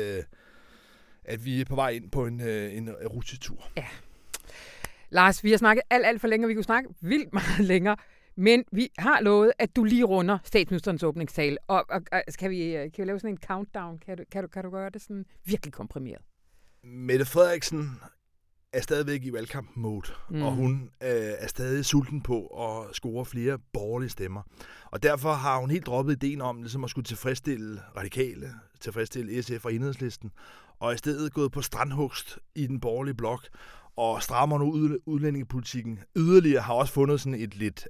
at vi er på vej ind på en rutsjetur. Ja. Lars, vi har snakket alt for længe, og vi kunne snakke vildt meget længere. Men vi har lovet, at du lige runder statsministerens åbningstale. Og kan vi lave sådan en countdown? Kan du gøre det sådan virkelig komprimeret? Mette Frederiksen er stadigvæk i valgkamp-mode, og hun er stadig sulten på at score flere borgerlige stemmer. Og derfor har hun helt droppet ideen om ligesom at skulle tilfredsstille Radikale, tilfredsstille SF og Enhedslisten, og i stedet gået på strandhugst i den borgerlige blok, og strammer nu udlændingepolitikken yderligere, har også fundet sådan et lidt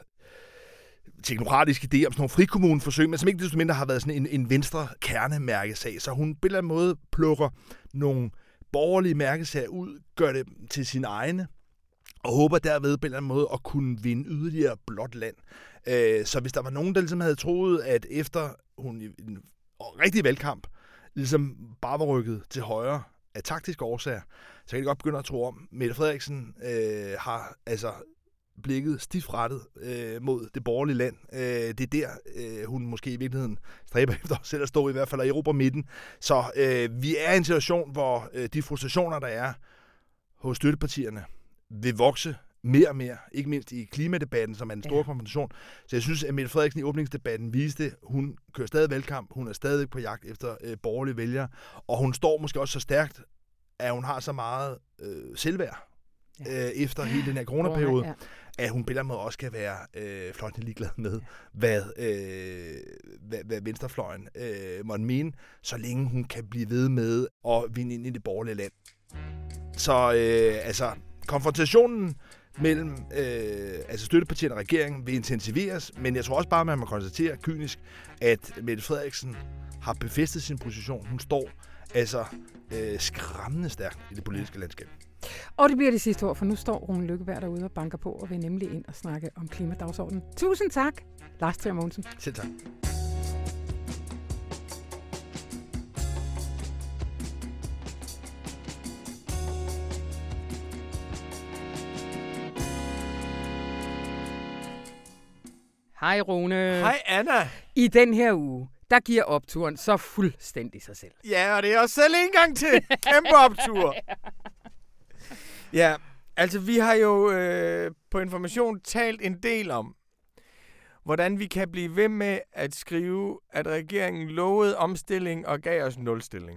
teknokratisk idé om sådan nogle frikommuneforsøg, men som ikke desto mindre har været sådan en venstre kernemærkesag. Så hun på en eller anden måde plukker nogle borgerlige mærkesager ud, gør det til sine egne, og håber derved på en eller anden måde at kunne vinde yderligere blåt land. Så hvis der var nogen, der ligesom havde troet, at efter hun i en rigtig valgkamp ligesom bare var rykket til højre af taktiske årsager, så kan jeg godt begynde at tro om. Mette Frederiksen har blikket stift rettet mod det borgerlige land. Det er der, hun måske i virkeligheden stræber efter selv at stå, i hvert fald i Europa midten. Så vi er i en situation, hvor de frustrationer, der er hos støttepartierne, vil vokse mere og mere, ikke mindst i klimadebatten, som er en stor konfrontation. Så jeg synes, at Mette Frederiksen i åbningsdebatten viste, hun kører stadig valgkamp, hun er stadig på jagt efter borgerlige vælgere, og hun står måske også så stærkt, at hun har så meget selvværd efter hele den her coronaperiode, at hun på en eller anden måde også kan være fløjtende ligeglad med, hvad venstrefløjen måtte mene, så længe hun kan blive ved med at vinde ind i det borgerlige land. Så konfrontationen mellem støttepartierne og regeringen vil intensiveres, men jeg tror også bare, at man må konstatere kynisk, at Mette Frederiksen har befæstet sin position. Hun står skræmmende stærkt i det politiske landskab. Og det bliver det sidste ord, for nu står Rune Lykkeberg derude og banker på og vil nemlig ind og snakke om klimadagsordenen. Tusind tak, Lars Trier Mogensen. Selv tak. Hej Rune. Hej Anna. I den her uge, der giver opturen så fuldstændig sig selv. Ja, og det er også selv en gang til. Kæmpe optur. Ja, altså vi har jo på Information talt en del om, hvordan vi kan blive ved med at skrive, at regeringen lovede omstilling og gav os nulstilling.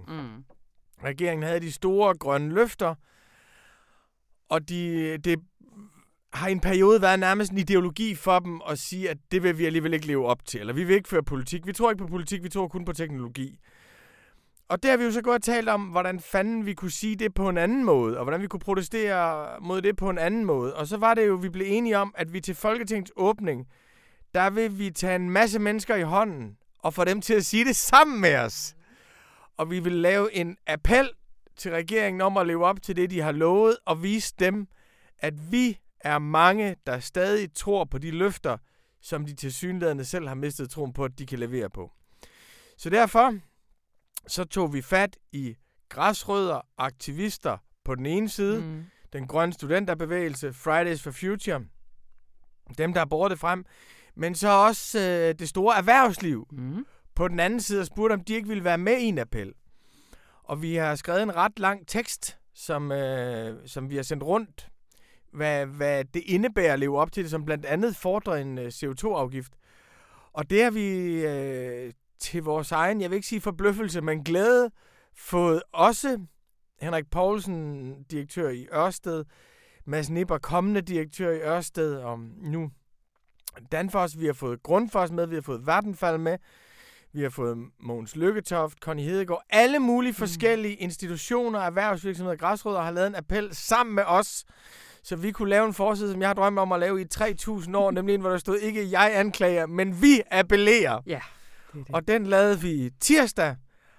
Regeringen havde de store grønne løfter, og det har i en periode været nærmest en ideologi for dem at sige, at det vil vi alligevel ikke leve op til, eller vi vil ikke føre politik. Vi tror ikke på politik, vi tror kun på teknologi. Og der har vi jo så gået og talt om, hvordan fanden vi kunne sige det på en anden måde, og hvordan vi kunne protestere mod det på en anden måde. Og så var det jo, vi blev enige om, at vi til Folketingets åbning, der vil vi tage en masse mennesker i hånden, og få dem til at sige det sammen med os. Og vi vil lave en appel til regeringen om at leve op til det, de har lovet, og vise dem, at vi er mange, der stadig tror på de løfter, som de tilsyneladende selv har mistet troen på, at de kan levere på. Så derfor så tog vi fat i græsrødder, aktivister på den ene side, den grønne studenterbevægelse, Fridays for Future, dem, der har båret det frem, men så også det store erhvervsliv på den anden side og spurgte, om de ikke ville være med i en appel. Og vi har skrevet en ret lang tekst, som vi har sendt rundt, hvad det indebærer at leve op til det, som blandt andet fordrer en CO2-afgift. Og det har vi til vores egen, jeg vil ikke sige forbløffelse, men glæde, fået også Henrik Poulsen, direktør i Ørsted, Mads Nipper, kommende direktør i Ørsted, og nu Danfoss, vi har fået Grundfos med, vi har fået Vattenfall med, vi har fået Mogens Lykketoft, Connie Hedegaard, alle mulige forskellige institutioner, erhvervsvirksomheder, græsrødder har lavet en appel sammen med os, så vi kunne lave en forside, som jeg har drømt om at lave i 3.000 år, nemlig en, hvor der stod ikke jeg anklager, men vi appellerer. Ja. Det. Og den lavede vi tirsdag,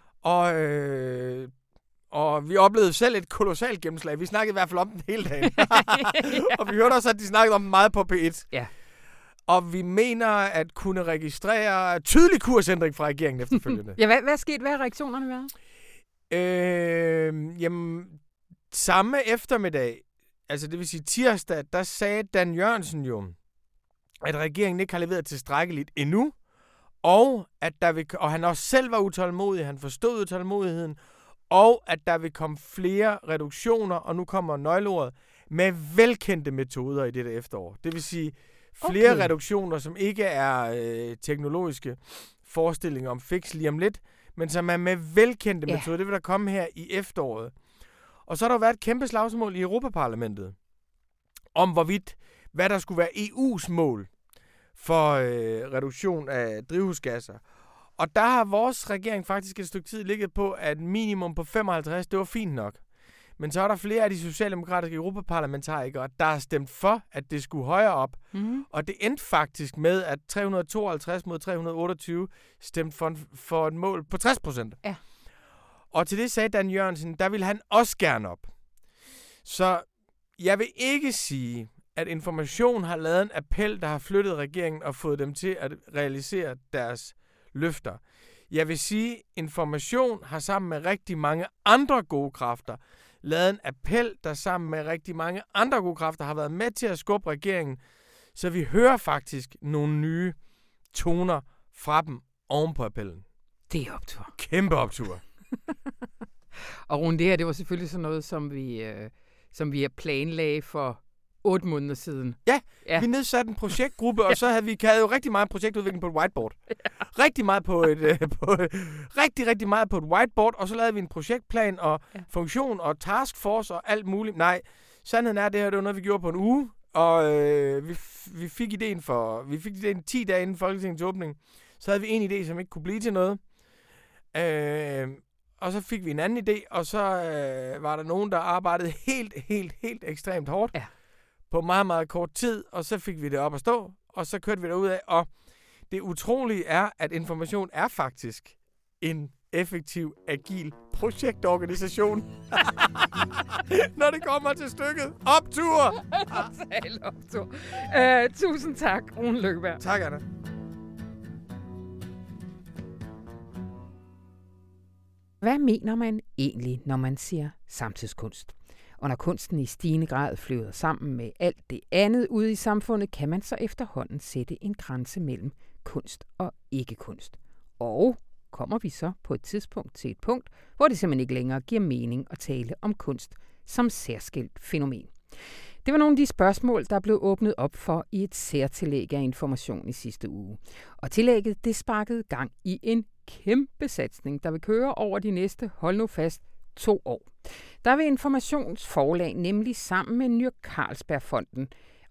og vi oplevede selv et kolossalt gennemslag. Vi snakkede i hvert fald om den hele dagen. Og vi hørte også, at de snakkede om den meget på P1. Ja. Og vi mener at kunne registrere tydelig kursændring fra regeringen efterfølgende. Ja, hvad er sket? Hvad har reaktionerne været? Jamen, samme eftermiddag, altså det vil sige tirsdag, der sagde Dan Jørgensen jo, at regeringen ikke har leveret tilstrækkeligt endnu, og og han også selv var utålmodig, han forstod utålmodigheden, og at der vil komme flere reduktioner, og nu kommer nøgleordet, med velkendte metoder i dette efterår. Det vil sige flere reduktioner, som ikke er teknologiske forestillinger om fix lige om lidt, men som er med velkendte metoder. Det vil der komme her i efteråret. Og så har der været et kæmpe slagsmål i Europaparlamentet om hvad der skulle være EU's mål for reduktion af drivhusgasser. Og der har vores regering faktisk et stykke tid ligget på, at minimum på 55, det var fint nok. Men så er der flere af de socialdemokratiske europaparlamentarikere, der har stemt for, at det skulle højere op. Og det endte faktisk med, at 352 mod 328 stemte for et mål på 60%. Ja. Og til det sagde Dan Jørgensen, der ville han også gerne op. Så jeg vil ikke sige, at Information har lavet en appel, der har flyttet regeringen og fået dem til at realisere deres løfter. Jeg vil sige, at Information har sammen med rigtig mange andre gode kræfter lavet en appel, der sammen med rigtig mange andre gode kræfter har været med til at skubbe regeringen, så vi hører faktisk nogle nye toner fra dem oven på appellen. Det er optur. Kæmpe optur. Og Rune, det her, det var selvfølgelig sådan noget, som vi planlagde for 8 måneder siden. Ja, vi nedsatte en projektgruppe, og så havde vi jo rigtig meget projektudvikling på et whiteboard. Rigtig meget på rigtig meget på et whiteboard, og så lavede vi en projektplan og funktion og taskforce og alt muligt. Nej, sandheden er, det var noget, vi gjorde på en uge, og vi fik idéen 10 dage inden Folketingets åbning. Så havde vi en idé, som ikke kunne blive til noget. Og så fik vi en anden idé, og så var der nogen, der arbejdede helt ekstremt hårdt. Ja. På meget, meget kort tid, og så fik vi det op at stå, og så kørte vi derud af, og det utrolige er, at Information er faktisk en effektiv, agil projektorganisation. Når det kommer til stykket. Optur! Total optur. Tusind tak, Rune Lykkeberg. Tak, Anna. Hvad mener man egentlig, når man siger samtidskunst? Og når kunsten i stigende grad flyder sammen med alt det andet ude i samfundet, kan man så efterhånden sætte en grænse mellem kunst og ikke-kunst. Og kommer vi så på et tidspunkt til et punkt, hvor det simpelthen ikke længere giver mening at tale om kunst som særskilt fænomen. Det var nogle af de spørgsmål, der blev åbnet op for i et særtillæg af Information i sidste uge. Og tillægget, det sparkede gang i en kæmpe satsning, der vil køre over de næste, hold nu fast, 2 år. Der vil Informations forlag nemlig sammen med Ny Carlsbergfonden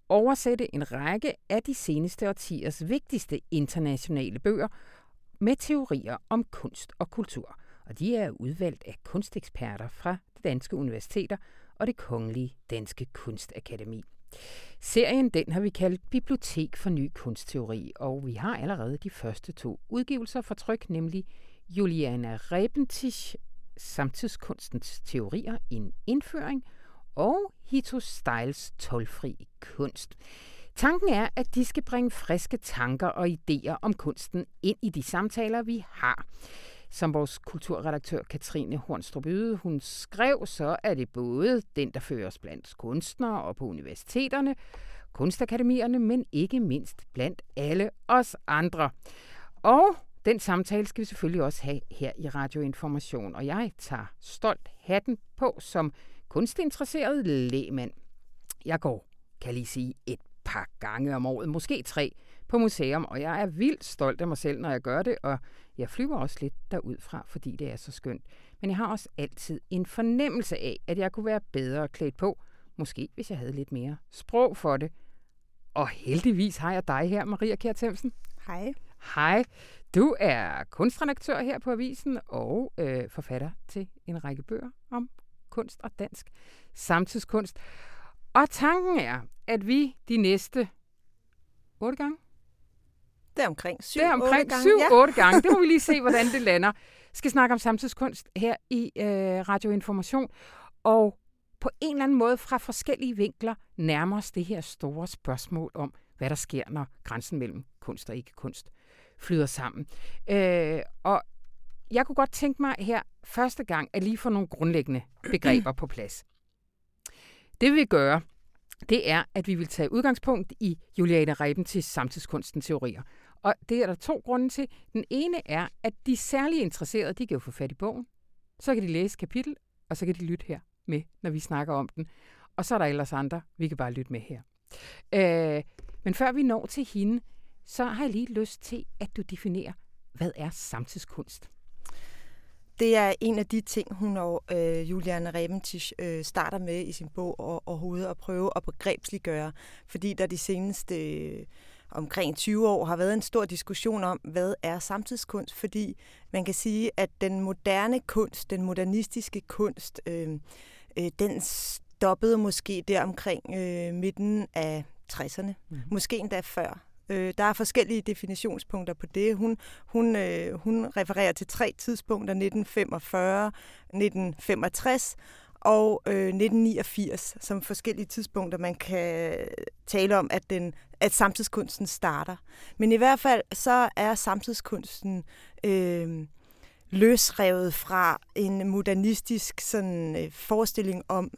oversætte en række af de seneste årtiers vigtigste internationale bøger med teorier om kunst og kultur. Og de er udvalgt af kunsteksperter fra de danske universiteter og det Kongelige Danske Kunstakademi. Serien den har vi kaldt Bibliotek for ny kunstteori, og vi har allerede de første 2 udgivelser for tryk, nemlig Juliana Rebentisch, Samtidskunstens teorier, en indføring, og Hito Styles, Toldfri kunst. Tanken er, at de skal bringe friske tanker og idéer om kunsten ind i de samtaler, vi har. Som vores kulturredaktør Katrine Hornstrup Yde, hun skrev, så er det både den, der føres blandt kunstnere og på universiteterne, kunstakademierne, men ikke mindst blandt alle os andre. Og den samtale skal vi selvfølgelig også have her i Radio Information, og jeg tager stolt hatten på som kunstinteresseret lægmand. Jeg går, kan lige sige, et par gange om året, måske 3, på museum, og jeg er vildt stolt af mig selv, når jeg gør det, og jeg flyver også lidt derudfra, fordi det er så skønt. Men jeg har også altid en fornemmelse af, at jeg kunne være bedre klædt på, måske hvis jeg havde lidt mere sprog for det. Og heldigvis har jeg dig her, Maria Kjær Themsen. Hej. Hej. Du er kunstredaktør her på Avisen og forfatter til en række bøger om kunst og dansk samtidskunst. Og tanken er, at vi de næste 8 gange? Det er omkring 7-8 gange. Det må vi lige se, hvordan det lander. Skal snakke om samtidskunst her i Radio Information. Og på en eller anden måde fra forskellige vinkler nærmer os det her store spørgsmål om, hvad der sker, når grænsen mellem kunst og ikke-kunst flyder sammen. Og jeg kunne godt tænke mig her første gang at lige få nogle grundlæggende begreber på plads. Det vi vil gøre, det er, at vi vil tage udgangspunkt i Juliana Rebentischs Samtidskunstens teorier. Og det er der 2 grunde til. Den ene er, at de særligt interesserede, de kan jo få fat i bogen. Så kan de læse kapitel, og så kan de lytte her med, når vi snakker om den. Og så er der ellers andre, vi kan bare lytte med her. Men før vi når til hende, så har jeg lige lyst til, at du definerer, hvad er samtidskunst? Det er en af de ting, hun og Juliana Rebentisch starter med i sin bog overhovedet at prøve at begrebsliggøre. Fordi der de seneste omkring 20 år har været en stor diskussion om, hvad er samtidskunst. Fordi man kan sige, at den moderne kunst, den modernistiske kunst, den stoppede måske der omkring midten af 60'erne. Måske endda før. Der er forskellige definitionspunkter på det. Hun refererer til 3 tidspunkter, 1945, 1965 og 1989, som forskellige tidspunkter, man kan tale om, at samtidskunsten starter. Men i hvert fald så er samtidskunsten løsrevet fra en modernistisk sådan, forestilling om,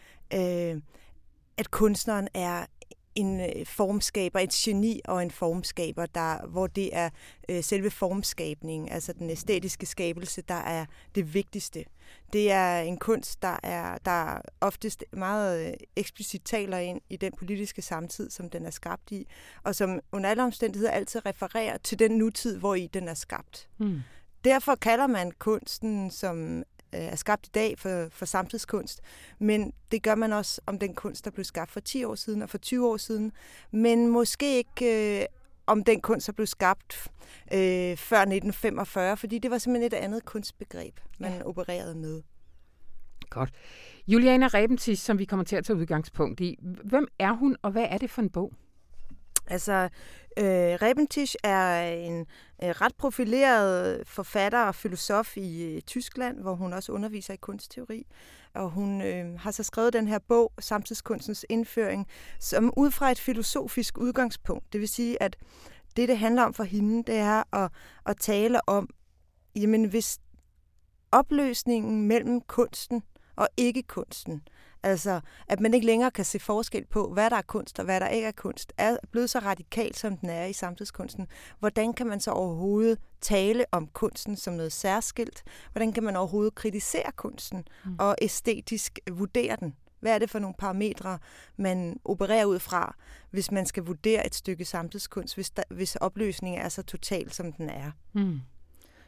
at kunstneren er en formskaber, et geni og en formskaber, hvor det er selve formskabningen, altså den æstetiske skabelse, der er det vigtigste. Det er en kunst, der oftest meget eksplicit taler ind i den politiske samtid, som den er skabt i, og som under alle omstændigheder altid refererer til den nutid, hvor i den er skabt. Derfor kalder man kunsten, som er skabt i dag for samtidskunst, men det gør man også om den kunst, der blev skabt for 10 år siden og for 20 år siden, men måske ikke om den kunst, der blev skabt før 1945, fordi det var simpelthen et andet kunstbegreb, man opererede med. Godt. Juliana Rebentisch, som vi kommer til at tage udgangspunkt i. Hvem er hun, og hvad er det for en bog? Altså, Rebentisch er en ret profileret forfatter og filosof i Tyskland, hvor hun også underviser i kunstteori. Og hun har så skrevet den her bog, Samtidskunstens indføring, som ud fra et filosofisk udgangspunkt. Det vil sige, at det handler om for hende, det er at tale om, jamen hvis opløsningen mellem kunsten og ikke-kunsten, altså at man ikke længere kan se forskel på, hvad der er kunst og hvad der ikke er kunst, er blevet så radikalt, som den er i samtidskunsten. Hvordan kan man så overhovedet tale om kunsten som noget særskilt? Hvordan kan man overhovedet kritisere kunsten og æstetisk vurdere den? Hvad er det for nogle parametre, man opererer ud fra, hvis man skal vurdere et stykke samtidskunst, hvis opløsningen er så total, som den er?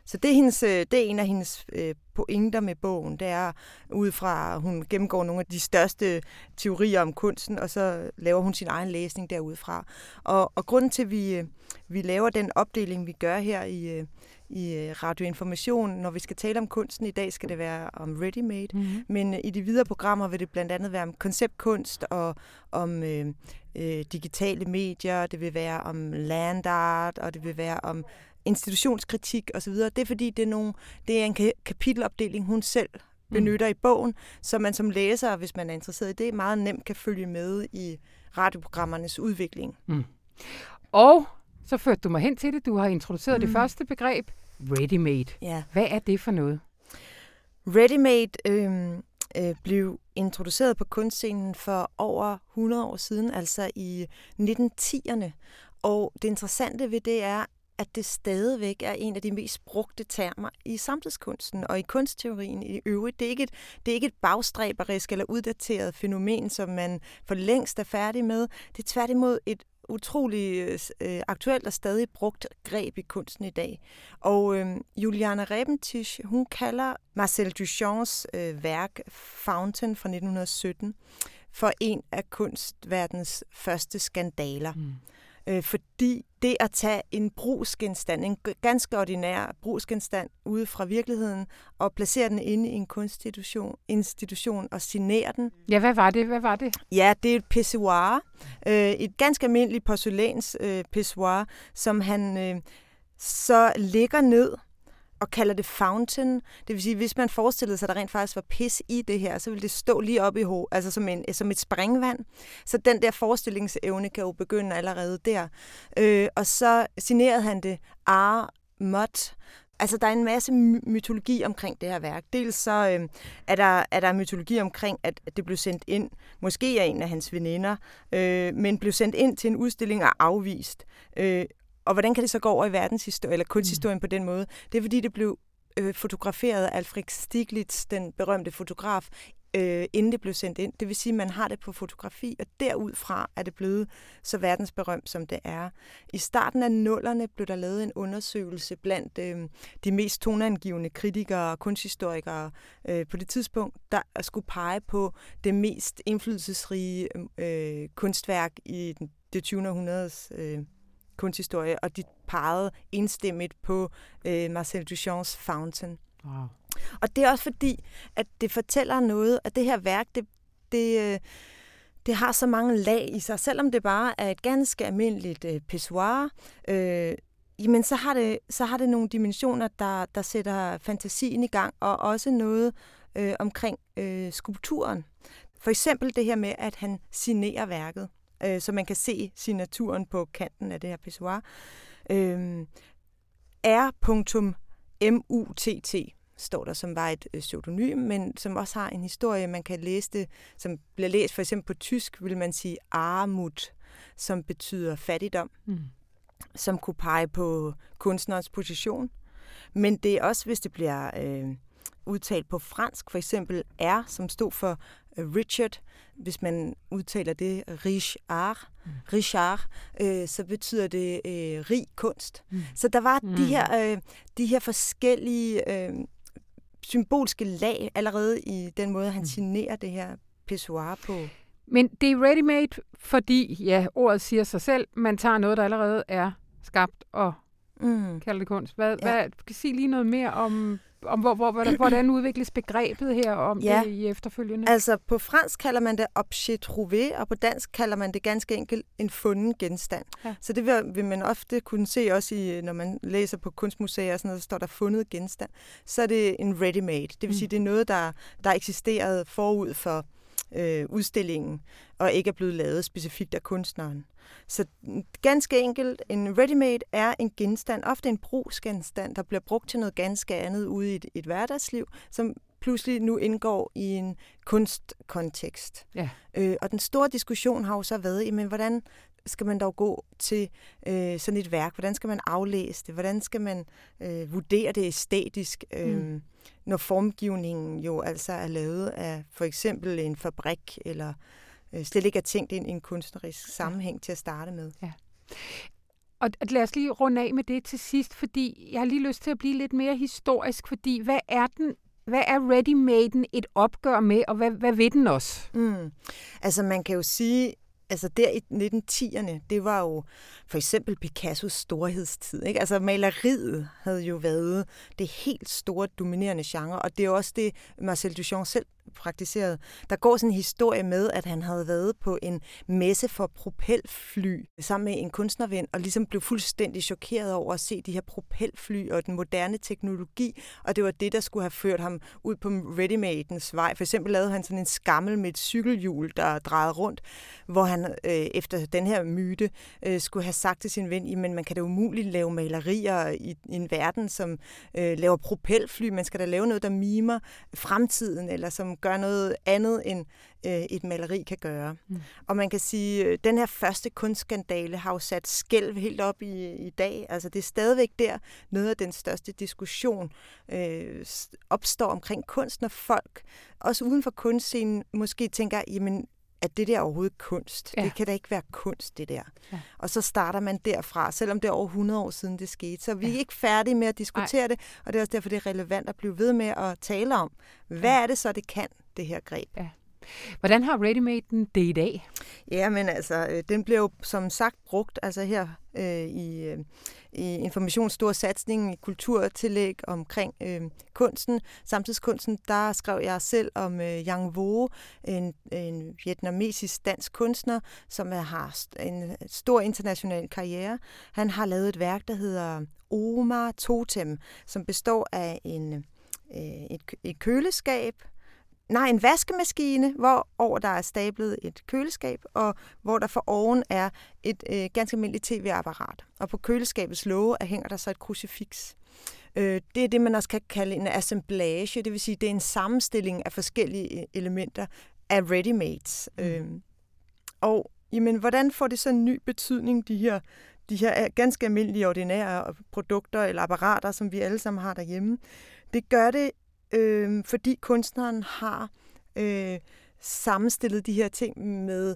Så det er en af hendes pointer med bogen. Det er ud fra, at hun gennemgår nogle af de største teorier om kunsten, og så laver hun sin egen læsning derudfra. Og grunden til, at vi laver den opdeling, vi gør her i Radio Information, når vi skal tale om kunsten i dag, skal det være om ready-made. Men i de videre programmer vil det blandt andet være om konceptkunst og om digitale medier, det vil være om land art, og det vil være om institutionskritik osv. Det er fordi, det er en kapitelopdeling, hun selv benytter i bogen, så man som læser, hvis man er interesseret i det, meget nemt kan følge med i radioprogrammernes udvikling. Og så førte du mig hen til det. Du har introduceret det første begreb, ready-made. Ja. Hvad er det for noget? Ready-made blev introduceret på kunstscenen for over 100 år siden, altså i 1910'erne. Og det interessante ved det er, at det stadigvæk er en af de mest brugte termer i samtidskunsten og i kunstteorien i øvrigt. Det er ikke et bagstræberisk eller uddateret fænomen, som man for længst er færdig med. Det er tværtimod et utroligt aktuelt og stadig brugt greb i kunsten i dag. Og Juliane Rebentisch, hun kalder Marcel Duchamps værk Fountain fra 1917 for en af kunstverdens første skandaler. Fordi det at tage en brugsgenstand, en ganske ordinær brugsgenstand ude fra virkeligheden, og placere den inde i en kunstinstitution og signere den. Ja, hvad var det? Ja, det er et pissoir. Et ganske almindeligt porcelæns pissoir, som han så lægger ned og kalder det fountain. Det vil sige, hvis man forestillede sig, at der rent faktisk var pis i det her, så ville det stå lige op i hovedet, altså som et springvand. Så den der forestillingsevne kan jo begynde allerede der. Og så signerede han det Mott. Altså, der er en masse mytologi omkring det her værk. Dels så er der mytologi omkring, at det blev sendt ind, måske af en af hans veninder, men blev sendt ind til en udstilling og afvist. Og hvordan kan det så gå over i verdenshistorien, eller kunsthistorien på den måde? Det er fordi, det blev fotograferet af Alfred Stieglitz, den berømte fotograf, inden det blev sendt ind. Det vil sige, at man har det på fotografi, og derudfra er det blevet så verdensberømt, som det er. I starten af 00'erne blev der lavet en undersøgelse blandt de mest toneangivende kritikere og kunsthistorikere på det tidspunkt, der skulle pege på det mest indflydelsesrige kunstværk i det 20. århundredes kunsthistorie, og de pegede enstemmigt på Marcel Duchamps Fountain. Wow. Og det er også fordi, at det fortæller noget, at det her værk, det har så mange lag i sig. Selvom det bare er et ganske almindeligt pissoir, jamen så har det nogle dimensioner, der sætter fantasien i gang, og også noget omkring skulpturen. For eksempel det her med, at han signerer værket, så man kan se signaturen på kanten af det her pissoir. R.MUTT står der, som var et pseudonym, men som også har en historie, man kan læse det, som bliver læst for eksempel på tysk, vil man sige Armut, som betyder fattigdom, som kunne pege på kunstnerens position. Men det er også, hvis det bliver udtalt på fransk, for eksempel R, som stod for Richard, hvis man udtaler det Richard, så betyder det rig kunst. Så der var de her forskellige symbolske lag allerede i den måde, han signerer det her pissoir på. Men det er ready-made, fordi, ja, ordet siger sig selv, man tager noget, der allerede er skabt og kalder det kunst. Hvad kan sige lige noget mere om hvordan udvikles begrebet her om det i efterfølgende? Altså på fransk kalder man det objet trouvé, og på dansk kalder man det ganske enkelt en funden genstand. Ja. Så det vil man ofte kunne se også, når man læser på kunstmuseer, og sådan noget, så står der fundet genstand. Så er det en ready-made. Det vil sige, det er noget, der eksisterede forud for udstillingen, og ikke er blevet lavet specifikt af kunstneren. Så ganske enkelt, en ready-made er en genstand, ofte en brugsgenstand, der bliver brugt til noget ganske andet ude i et hverdagsliv, som pludselig nu indgår i en kunstkontekst. Ja. Og den store diskussion har jo så været, jamen, hvordan skal man dog gå til sådan et værk? Hvordan skal man aflæse det? Hvordan skal man vurdere det æstetisk, når formgivningen jo altså er lavet af for eksempel en fabrik, eller slet ikke er tænkt ind i en kunstnerisk sammenhæng til at starte med? Ja. Og lad os lige runde af med det til sidst, fordi jeg har lige lyst til at blive lidt mere historisk, fordi hvad er ready-maden et opgør med, og hvad ved den også? Altså man kan jo sige, altså der i 1910'erne, det var jo for eksempel Picassos storhedstid, ikke? Altså maleriet havde jo været det helt store dominerende genre, og det er også det, Marcel Duchamp selv praktiserede. Der går sådan en historie med, at han havde været på en messe for propelfly sammen med en kunstnerven, og ligesom blev fuldstændig chokeret over at se de her propelfly og den moderne teknologi, og det var det, der skulle have ført ham ud på ready-madens vej. For eksempel lavede han sådan en skammel med et cykelhjul, der drejede rundt, hvor han efter den her myte skulle have sagt til sin ven, jamen man kan da umuligt lave malerier i en verden, som laver propelfly. Man skal da lave noget, der mimer fremtiden, eller som gør noget andet, end et maleri kan gøre. Og man kan sige, at den her første kunstskandale har jo sat skælv helt op i dag. Altså det er stadigvæk der, noget af den største diskussion opstår omkring kunst, når folk, også uden for kunstscenen, måske tænker, jamen, at det der overhovedet kunst? Ja. Det kan da ikke være kunst, det der. Ja. Og så starter man derfra, selvom det er over 100 år siden, det skete. Så vi er ikke færdige med at diskutere det, og det er også derfor, det er relevant at blive ved med at tale om, hvad er det så, det kan, det her greb? Ja. Hvordan har ready-maden det i dag? Ja, men altså, den bliver jo som sagt brugt altså her i Informations store satsning i kulturtillæg omkring kunsten, samtidskunsten. Der skrev jeg selv om Yang Vo, en vietnamesisk dansk kunstner, som har en stor international karriere. Han har lavet et værk, der hedder Oma Totem, som består af et køleskab, en vaskemaskine, hvor over der er stablet et køleskab, og hvor der for oven er et ganske almindeligt tv-apparat. Og på køleskabets låge hænger der så et krucifiks. Det er det, man også kan kalde en assemblage, det vil sige, det er en sammenstilling af forskellige elementer af ready-mates. Og jamen, hvordan får det så en ny betydning, de her ganske almindelige ordinære produkter eller apparater, som vi alle sammen har derhjemme? Det gør det, fordi kunstneren har sammenstillet de her ting med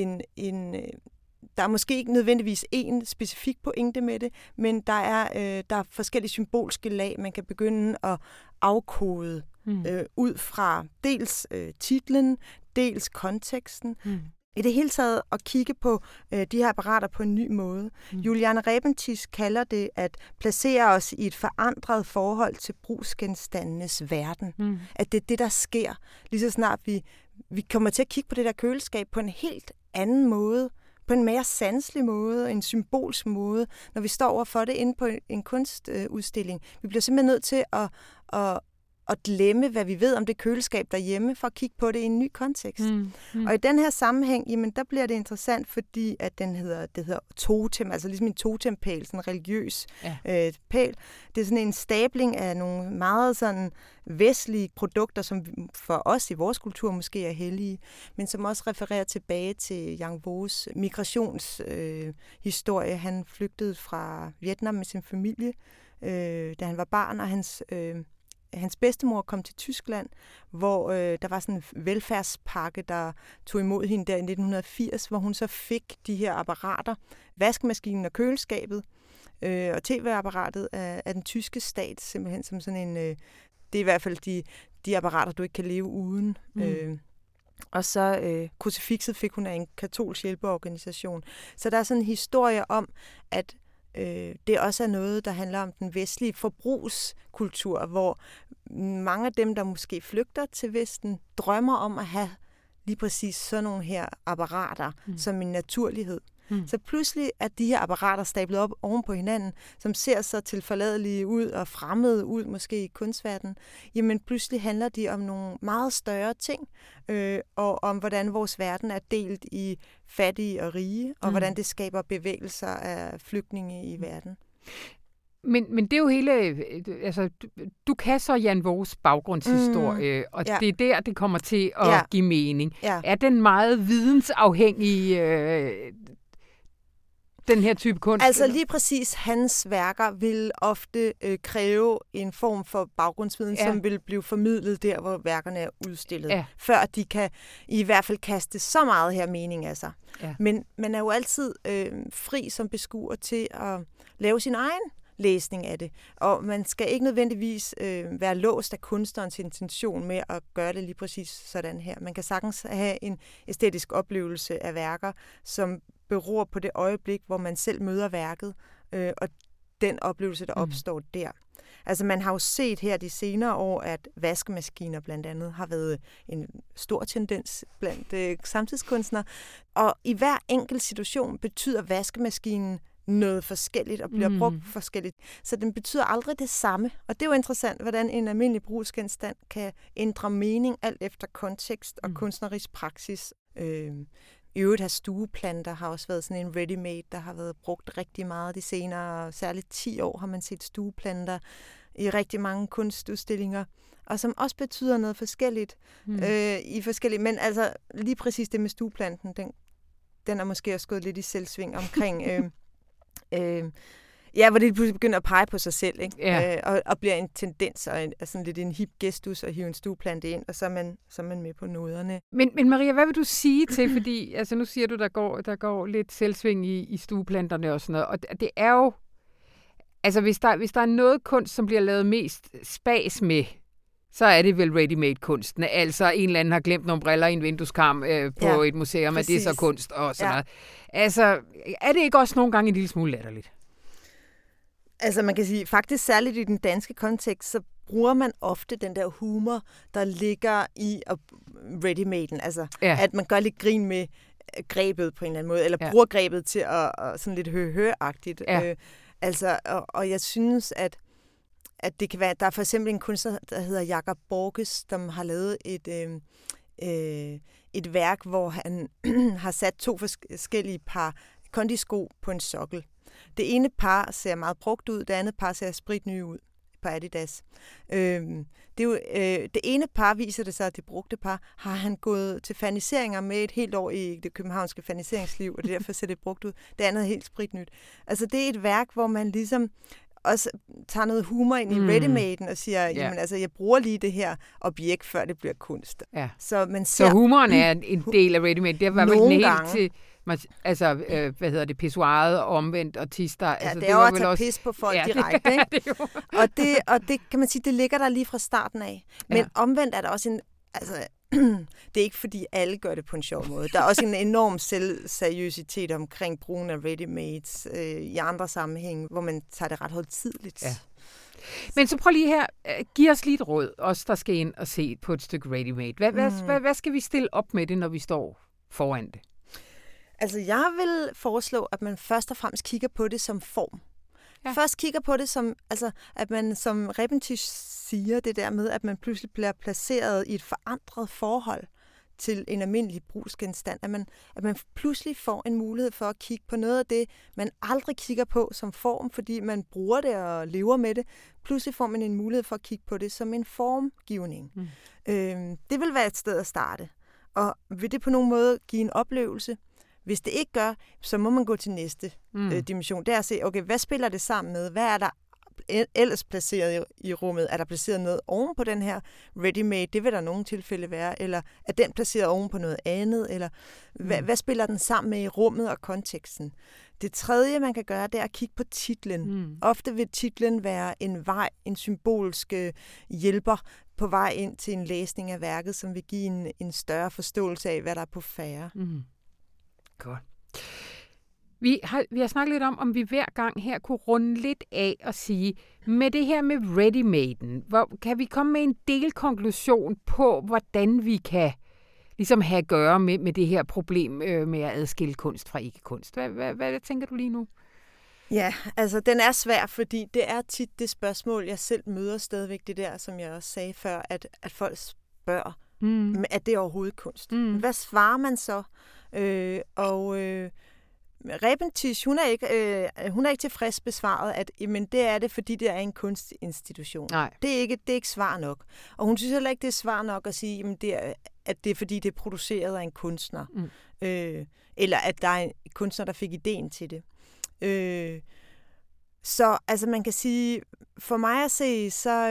der er måske ikke nødvendigvis en specifik pointe med det, men der er forskellige symbolske lag, man kan begynde at afkode ud fra dels titlen, dels konteksten. I det hele taget at kigge på de her apparater på en ny måde. Juliane Repetich kalder det at placere os i et forandret forhold til brugsgenstandenes verden. At det er det, der sker, lige så snart vi kommer til at kigge på det der køleskab på en helt anden måde, på en mere sanselig måde, en symbolsk måde, når vi står over for det inde på en kunstudstilling. Vi bliver simpelthen nødt til at glemme, hvad vi ved om det køleskab derhjemme, for at kigge på det i en ny kontekst. Og i den her sammenhæng, jamen, der bliver det interessant, fordi at det hedder totem, altså ligesom en totempæl, sådan en religiøs pæl. Det er sådan en stabling af nogle meget sådan vestlige produkter, som for os i vores kultur måske er hellige, men som også refererer tilbage til Yang Vos migrationshistorie. Han flygtede fra Vietnam med sin familie, da han var barn, og hans bedstemor kom til Tyskland, hvor der var sådan en velfærdspakke, der tog imod hende der i 1980, hvor hun så fik de her apparater, vaskemaskinen og køleskabet, og tv-apparatet af den tyske stat, simpelthen som sådan en... det er i hvert fald de apparater, du ikke kan leve uden. Og så krucifixet fik hun af en katolsk hjælpeorganisation. Så der er sådan en historie om, at det også er noget, der handler om den vestlige forbrugskultur, hvor mange af dem, der måske flygter til Vesten, drømmer om at have lige præcis sådan nogle her apparater som en naturlighed. Så pludselig er de her apparater stablet op oven på hinanden, som ser så tilforladelige ud og fremmede ud måske i kunstverdenen. Jamen pludselig handler de om nogle meget større ting, og om hvordan vores verden er delt i fattige og rige, og hvordan det skaber bevægelser af flygtninge i verden. Men det er jo hele... Altså, du kan så Jan Vos baggrundshistorie, og det er der, det kommer til at give mening. Ja. Er den meget vidensafhængig... den her type kunst? Altså lige præcis hans værker vil ofte kræve en form for baggrundsviden, som vil blive formidlet der, hvor værkerne er udstillet, før de kan i hvert fald kaste så meget her mening af sig. Ja. Men man er jo altid fri som beskuer til at lave sin egen læsning af det. Og man skal ikke nødvendigvis være låst af kunstnerens intention med at gøre det lige præcis sådan her. Man kan sagtens have en æstetisk oplevelse af værker, som beror på det øjeblik, hvor man selv møder værket, og den oplevelse, der opstår der. Altså man har jo set her de senere år, at vaskemaskiner blandt andet har været en stor tendens blandt samtidskunstnere. Og i hver enkelt situation betyder vaskemaskinen noget forskelligt og bliver brugt forskelligt. Så den betyder aldrig det samme. Og det er jo interessant, hvordan en almindelig brugsgenstand kan ændre mening alt efter kontekst og kunstnerisk praksis. I øvrigt har stueplanter har også været sådan en ready-made, der har været brugt rigtig meget de senere, særligt 10 år har man set stueplanter i rigtig mange kunstudstillinger, og som også betyder noget forskelligt i forskellige. Men altså lige præcis det med stueplanten, den er måske også gået lidt i selvsving omkring hvor det pludselig begynder at pege på sig selv, ikke? Ja. Og bliver en tendens og sådan lidt en hip gestus at hive en stueplante ind, og så er man med på noderne. Men Maria, hvad vil du sige til, fordi altså nu siger du, der går lidt selvsving i stueplanterne og sådan noget, og det er jo, altså hvis der er noget kunst, som bliver lavet mest spas med, så er det vel ready-made-kunsten. Altså en eller anden har glemt nogle briller i en vindueskarm på et museum, at det er så kunst og sådan noget. Altså er det ikke også nogle gange en lille smule latterligt? Altså man kan sige, faktisk særligt i den danske kontekst, så bruger man ofte den der humor, der ligger i ready-maden. Altså at man gør lidt grin med grebet på en eller anden måde, eller bruger grebet til at sådan lidt hø-hø-agtigt. Og jeg synes, at det kan være, der er for eksempel en kunstner, der hedder Jakob Borges, som har lavet et værk, hvor han har sat 2 forskellige par kondisko på en sokkel. Det ene par ser meget brugt ud, det andet par ser spritny ud på Adidas. Det ene par viser det sig, at det brugte par har han gået til faniseringer med et helt år i det københavnske faniseringsliv, og derfor ser det brugt ud. Det andet er helt spritnyt. Altså det er et værk, hvor man ligesom også tager noget humor ind i ready-maden og siger, jamen altså, jeg bruger lige det her objekt, før det bliver kunst. Ja. Så humoren er en del af ready-made. Det var vel helt til, altså, pissoiret og omvendt og tister. Ja, altså, det er jo at tage pis på folk direkte, ikke? Og det kan man sige, det ligger der lige fra starten af. Men omvendt er der også det er ikke fordi alle gør det på en sjov måde. Der er også en enorm selvseriøsitet omkring brugen af ready-mades i andre sammenhænge, hvor man tager det ret højtideligt. Ja. Men så prøv lige her, giv os lige et råd, os der skal ind og se på et stykke ready-made. Hvad skal vi stille op med det, når vi står foran det? Altså jeg vil foreslå, at man først og fremmest kigger på det som form. Ja. Først kigger på det som, altså, at man som Repentisch siger det der med, at man pludselig bliver placeret i et forandret forhold til en almindelig brugsgenstand. At man pludselig får en mulighed for at kigge på noget af det, man aldrig kigger på som form, fordi man bruger det og lever med det. Pludselig får man en mulighed for at kigge på det som en formgivning. Det vil være et sted at starte. Og vil det på nogen måde give en oplevelse? Hvis det ikke gør, så må man gå til næste dimension. Det er at se, okay, hvad spiller det sammen med? Hvad er der ellers placeret i rummet? Er der placeret noget oven på den her ready-made? Det vil der i nogle tilfælde være. Eller er den placeret oven på noget andet? Eller hvad spiller den sammen med i rummet og konteksten? Det tredje, man kan gøre, det er at kigge på titlen. Ofte vil titlen være en vej, en symbolsk hjælper på vej ind til en læsning af værket, som vil give en større forståelse af, hvad der er på færre. Godt. Vi har snakket lidt om vi hver gang her kunne runde lidt af og sige, med det her med ready-maden, kan vi komme med en delkonklusion på, hvordan vi kan ligesom have at gøre med det her problem med at adskille kunst fra ikke-kunst? Hvad tænker du lige nu? Ja, altså den er svær, fordi det er tit det spørgsmål, jeg selv møder stadigvæk, det der, som jeg også sagde før, at folk spørger, at det er overhovedet kunst. Hvad svarer man så? Repentisch, hun er ikke tilfreds besvaret, at jamen, det er det, fordi det er en kunstinstitution. Nej. Det er ikke svar nok. Og hun synes heller ikke, det er svar nok at sige, jamen, at det er fordi, det er produceret af en kunstner. Eller at der er en kunstner, der fik ideen til det. Så altså man kan sige, for mig at se,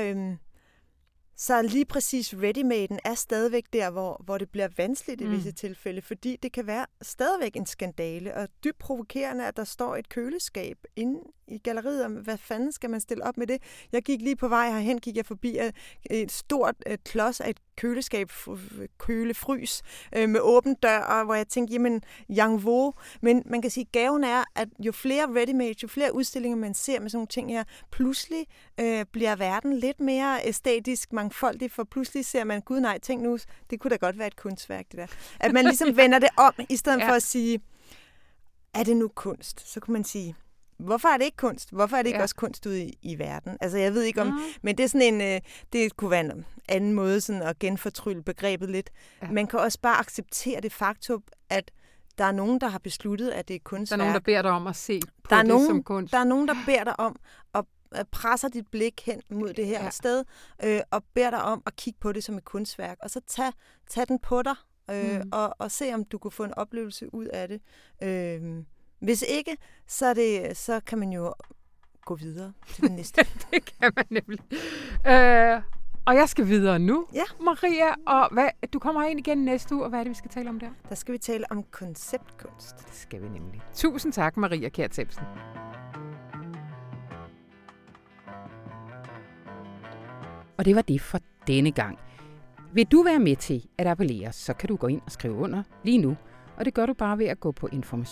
så lige præcis readymaden er stadigvæk der, hvor det bliver vanskeligt i visse tilfælde, fordi det kan være stadigvæk en skandale, og dybt provokerende, at der står et køleskab inde i galleriet, om hvad fanden skal man stille op med det? Jeg gik lige på vej herhen, gik jeg forbi et stort klods af et køleskab, kølefrys, med åben dør, hvor jeg tænkte, jamen, yang wo. Men man kan sige, at gaven er, at jo flere ready-made, jo flere udstillinger man ser med sådan nogle ting her, pludselig bliver verden lidt mere æstetisk mangfoldig, for pludselig ser man, gud nej, tænk nu, det kunne da godt være et kunstværk, det der. At man ligesom vender det om, i stedet for at sige, er det nu kunst? Så kunne man sige, hvorfor er det ikke kunst? Hvorfor er det ikke også kunst ude i verden? Altså, jeg ved ikke om... Men det er sådan en... det kunne være en anden måde sådan at genfortrylle begrebet lidt. Ja. Man kan også bare acceptere det faktum, at der er nogen, der har besluttet, at det er kunstværk. Der er nogen, der beder dig om at se på det som kunst. Der er nogen, der beder dig om at presser dit blik hen mod det her sted, og beder dig om at kigge på det som et kunstværk. Og så tag den på dig, og se, om du kunne få en oplevelse ud af det. Hvis ikke, så kan man jo gå videre til den næste. Det kan man nemlig. Og jeg skal videre nu, Maria. Og du kommer ind igen næste uge, og hvad er det, vi skal tale om der? Der skal vi tale om konceptkunst. Det skal vi nemlig. Tusind tak, Maria Kjær Themsen. Og det var det for denne gang. Vil du være med til at appellere, så kan du gå ind og skrive under lige nu. Og det gør du bare ved at gå på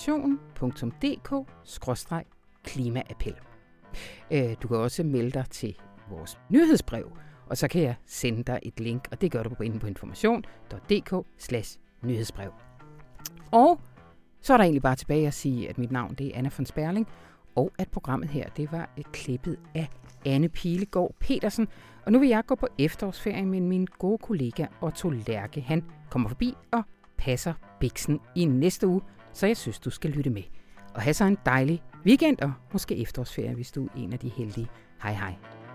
information.dk/klimaappel. Du kan også melde dig til vores nyhedsbrev, og så kan jeg sende dig et link, og det gør du inde på information.dk/nyhedsbrev. Og så er der egentlig bare tilbage at sige, at mit navn det er Anna von Sperling, og at programmet her det var klippet af Anne Pilegaard Petersen. Og nu vil jeg gå på efterårsferie med min gode kollega Otto Lærke. Han kommer forbi og passer biksen i næste uge, så jeg synes, du skal lytte med. Og have så en dejlig weekend og måske efterårsferie, hvis du er en af de heldige. Hej hej.